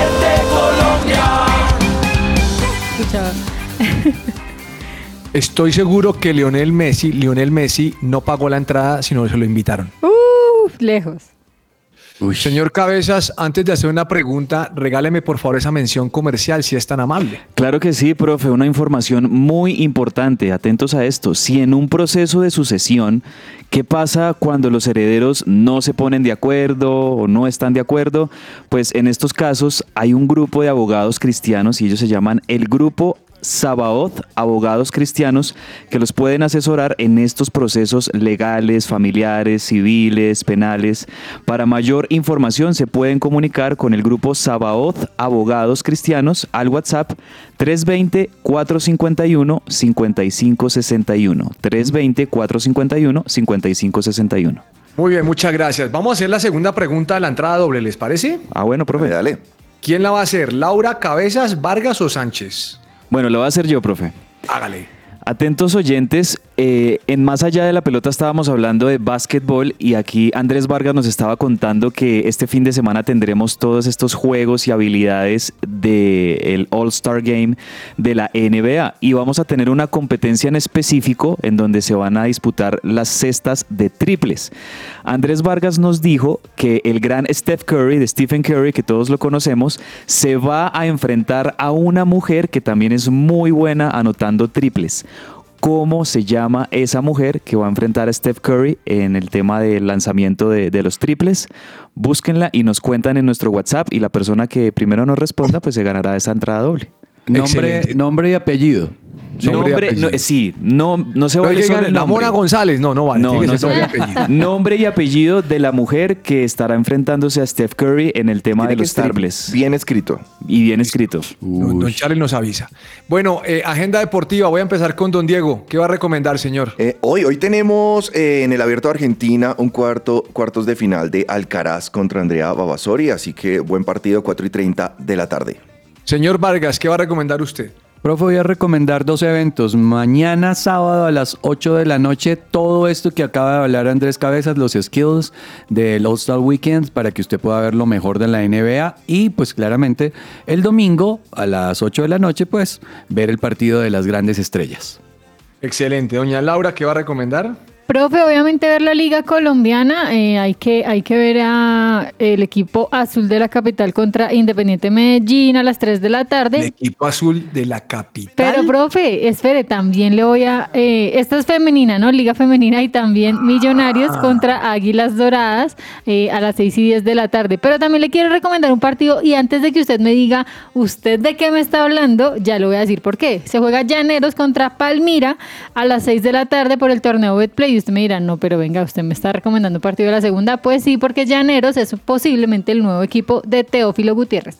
quererte, Colombia. Estoy seguro que Lionel Messi no pagó la entrada, sino se lo invitaron. Lejos. Uy. Señor Cabezas, antes de hacer una pregunta, regáleme por favor esa mención comercial, si es tan amable. Claro que sí, profe, una información muy importante, atentos a esto. Si en un proceso de sucesión, ¿qué pasa cuando los herederos no se ponen de acuerdo o no están de acuerdo? Pues en estos casos hay un grupo de abogados cristianos y ellos se llaman el Grupo Sabaoth, abogados cristianos, que los pueden asesorar en estos procesos legales, familiares, civiles, penales. Para mayor información se pueden comunicar con el Grupo Sabaoth, abogados cristianos, al WhatsApp 320-451-5561. 320-451-5561. Muy bien, muchas gracias. Vamos a hacer la segunda pregunta de la entrada doble, ¿les parece? Bueno, profe. Dale. ¿Quién la va a hacer? ¿Laura, Cabezas, Vargas o Sánchez? Bueno, lo voy a hacer yo, profe. Hágale. Atentos oyentes, en Más Allá de la Pelota estábamos hablando de básquetbol y aquí Andrés Vargas nos estaba contando que este fin de semana tendremos todos estos juegos y habilidades del All-Star Game de la NBA y vamos a tener una competencia en específico en donde se van a disputar las cestas de triples. Andrés Vargas nos dijo que el gran Stephen Curry, que todos lo conocemos, se va a enfrentar a una mujer que también es muy buena anotando triples. ¿Cómo se llama esa mujer que va a enfrentar a Steph Curry en el tema del lanzamiento de los triples? Búsquenla y nos cuentan en nuestro WhatsApp y la persona que primero nos responda pues se ganará esa entrada doble. Nombre y apellido. No se vale solo el nombre. Mona González, no vale. No nombre y apellido de la mujer que estará enfrentándose a Steph Curry en el tema de los triples. Bien escrito. Y bien escrito. Don Charlie nos avisa. Bueno, agenda deportiva. Voy a empezar con don Diego. ¿Qué va a recomendar, señor? Hoy tenemos en el Abierto de Argentina un cuartos de final de Alcaraz contra Andrea Vavasori, así que buen partido, 4:30 de la tarde. Señor Vargas, ¿qué va a recomendar usted? Profe, voy a recomendar 2 eventos. Mañana sábado a las 8 de la noche, todo esto que acaba de hablar Andrés Cabezas, los skills del All-Star Weekend, para que usted pueda ver lo mejor de la NBA. Y pues claramente el domingo a las 8 de la noche, pues ver el partido de las grandes estrellas. Excelente. Doña Laura, ¿qué va a recomendar? Profe, obviamente ver la Liga Colombiana, hay que ver a el equipo azul de la capital contra Independiente Medellín a las 3 de la tarde. El equipo azul de la capital. Pero, profe, espere, también le voy a... esta es femenina, ¿no? Liga femenina y también Millonarios contra Águilas Doradas a las 6:10 de la tarde. Pero también le quiero recomendar un partido y antes de que usted me diga, ¿usted de qué me está hablando? Ya le voy a decir por qué. Se juega Llaneros contra Palmira a las 6 de la tarde por el torneo Betplay. Y usted me dirá, no, pero venga, usted me está recomendando un partido de la segunda. Pues sí, porque Llaneros es posiblemente el nuevo equipo de Teófilo Gutiérrez.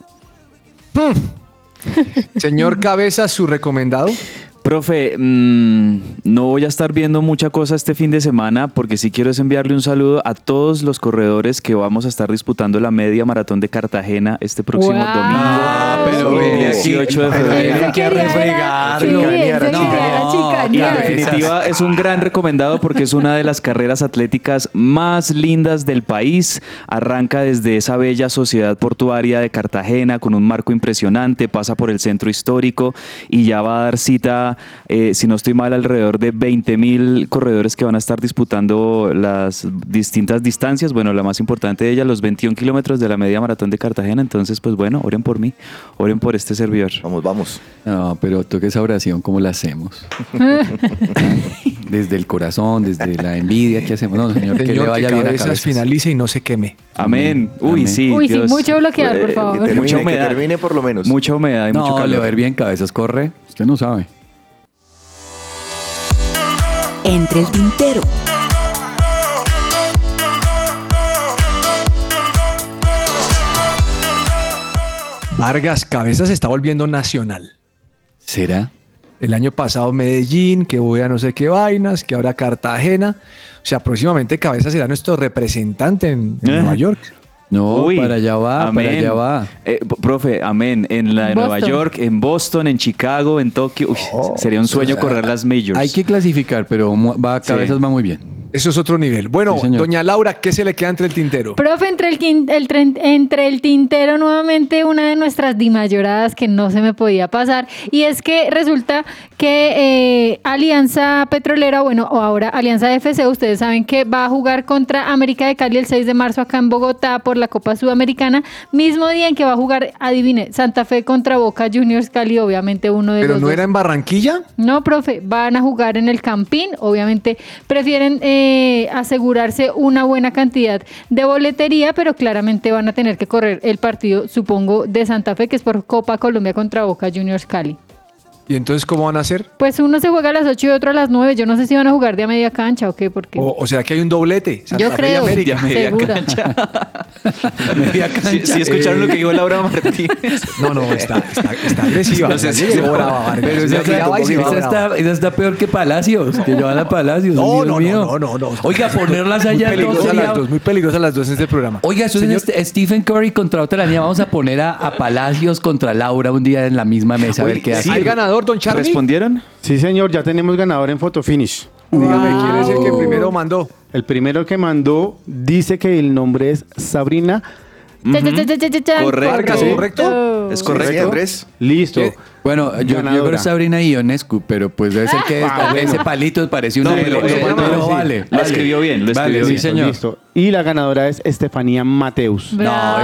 Señor Cabeza, ¿su recomendado? Profe, no voy a estar viendo mucha cosa este fin de semana porque sí quiero es enviarle un saludo a todos los corredores que vamos a estar disputando la media maratón de Cartagena este próximo domingo. Pero 18 de febrero. Hay que refregarlo. Y en definitiva es un gran recomendado porque es una de las carreras atléticas más lindas del país. Arranca desde esa bella sociedad portuaria de Cartagena con un marco impresionante, pasa por el centro histórico y ya va a dar cita, si no estoy mal, alrededor de 20,000 corredores que van a estar disputando las distintas distancias. Bueno, la más importante de ellas, los 21 kilómetros de la media maratón de Cartagena. Entonces, pues bueno, oren por mí, oren por este servidor. Vamos. No, pero toque esa oración, ¿cómo la hacemos? Desde el corazón, desde la envidia, ¿qué hacemos? No, señor, que le vaya bien a Cabezas. Finalice y no se queme. Amén. Uy, Amén. sí. Uy, Dios. sí, mucho bloquear, por favor. Mucha humedad. Que termine por lo menos. Mucha humedad y mucho No, calor. le va a ir bien, Cabezas, corre. Usted no sabe. Entre el tintero. Vargas, Cabeza se está volviendo nacional. ¿Será? El año pasado Medellín, que voy a no sé qué vainas, que ahora Cartagena. O sea, próximamente Cabeza será nuestro representante en Nueva York. No, Uy, para allá va, amén. para allá va. Profe, amén. En la de Nueva York, en Boston, en Chicago, en Tokio. Uy, sería un sueño correr las majors. Hay que clasificar, pero Cabezas va muy bien. Eso es otro nivel. Bueno, Sí, doña Laura, ¿qué se le queda entre el tintero? Profe, entre el tintero nuevamente una de nuestras dimayoradas que no se me podía pasar, y es que resulta que Alianza Petrolera, bueno, o ahora Alianza FC, ustedes saben que va a jugar contra América de Cali el 6 de marzo acá en Bogotá por la Copa Sudamericana, mismo día en que va a jugar, adivine, Santa Fe contra Boca Juniors Cali, obviamente uno de los ¿Pero no dos. era en Barranquilla? No, profe, van a jugar en el Campín, obviamente prefieren asegurarse una buena cantidad de boletería, pero claramente van a tener que correr el partido, supongo, de Santa Fe, que es por Copa Colombia contra Boca Juniors Cali. ¿Y entonces cómo van a hacer? Pues uno se juega a las 8 y otro a las 9. Yo no sé si van a jugar de a media cancha o qué, porque... O sea que hay un doblete. Santa Yo Fe y creo, América. segura. Media cancha. Sí, escucharon lo que dijo Laura Martínez. No, está agresiva. No sé si se Pero esa está peor que Palacios, que llevan a Palacios. No. Oiga, ponerlas allá Muy peligrosas las dos en este programa. Oiga, eso Señor, es Stephen Curry contra otra niña. Vamos a poner a Palacios contra Laura un día en la misma mesa, a ver qué hace. ¿hay ganador, don Charlie? ¿Respondieron? Sí, señor, ya tenemos ganador en Photofinish. Dígame, ¿quién es el que primero mandó? El primero que mandó dice que el nombre es Sabrina. Correcto. ¿Correcto? Es Sí, correcto. Andrés. Listo. Bueno, yo creo que Sabrina Ionescu, pero pues debe ser que ese palito pareció una pero vale. Lo escribió bien, Vale, sí, señor. Listo. Y la ganadora es Estefanía Mateus. No,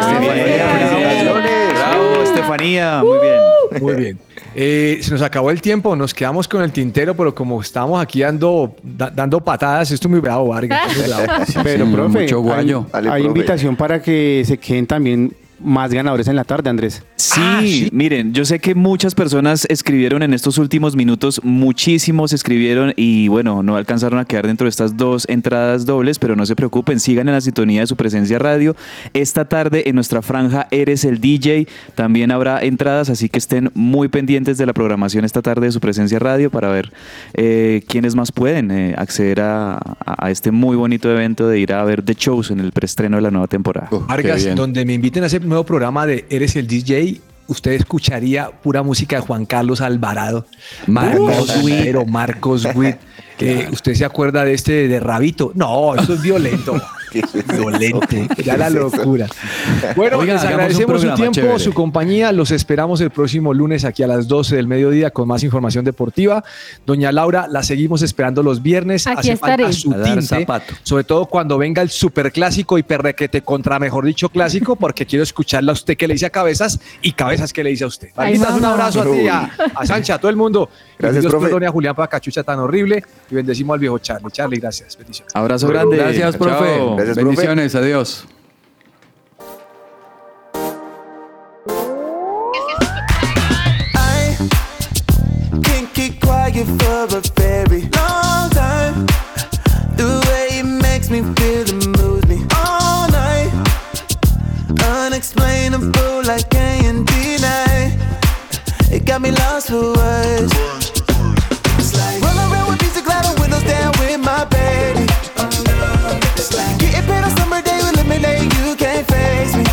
Bravo, Estefanía. Muy bien. Muy bien. Se nos acabó el tiempo, nos quedamos con el tintero, pero como estamos aquí dando patadas, esto es muy bravo, Vargas. Muy bravo. Pero, Sí, profe, mucho guayo. hay Dale, profe. invitación para que se queden también más ganadores en la tarde, Andrés. Sí, miren, yo sé que muchas personas escribieron en estos últimos minutos, muchísimos escribieron y bueno, no alcanzaron a quedar dentro de estas 2 entradas dobles, pero no se preocupen, sigan en la sintonía de su presencia radio. Esta tarde en nuestra franja Eres el DJ también habrá entradas, así que estén muy pendientes de la programación esta tarde de su presencia radio para ver quiénes más pueden acceder a este muy bonito evento de ir a ver The Chosen en el preestreno de la nueva temporada. Vargas, donde me inviten a hacer nuevo programa de Eres el DJ, usted escucharía pura música de Juan Carlos Alvarado, Marcos Witt. ¿Usted se acuerda de este de Rabito? No, eso es violento. Dolente. Ya la locura. Bueno, Oiga, les hagamos agradecemos un su programa tiempo, chévere. su compañía. Los esperamos el próximo lunes aquí a las 12 del mediodía con más información deportiva. Doña Laura, la seguimos esperando los viernes. Aquí Hace falta estaré. su A dar tinte, zapato. sobre todo cuando venga el superclásico y perrequete contra, mejor dicho, clásico, porque quiero escucharla a usted que le dice a Cabezas y Cabezas que le dice a usted. Ay, Marquitas, un mamá. abrazo a ti, a Sancha, a todo el mundo. Gracias, Dios profe. perdone a Julián para cachucha tan horrible y bendecimos al viejo Charlie. Charlie, gracias. Bendiciones. Abrazo grande. Gracias, profe. Chao. Gracias, profe. Bendiciones, adiós. I can't keep quiet for a very long time. The way it makes me feel and moves me all night. Unexplainable, I can't deny. It got me lost for words. It's like roll around with music loud and windows down with my baby. It's like getting paid on summer day with lemonade, you can't face me.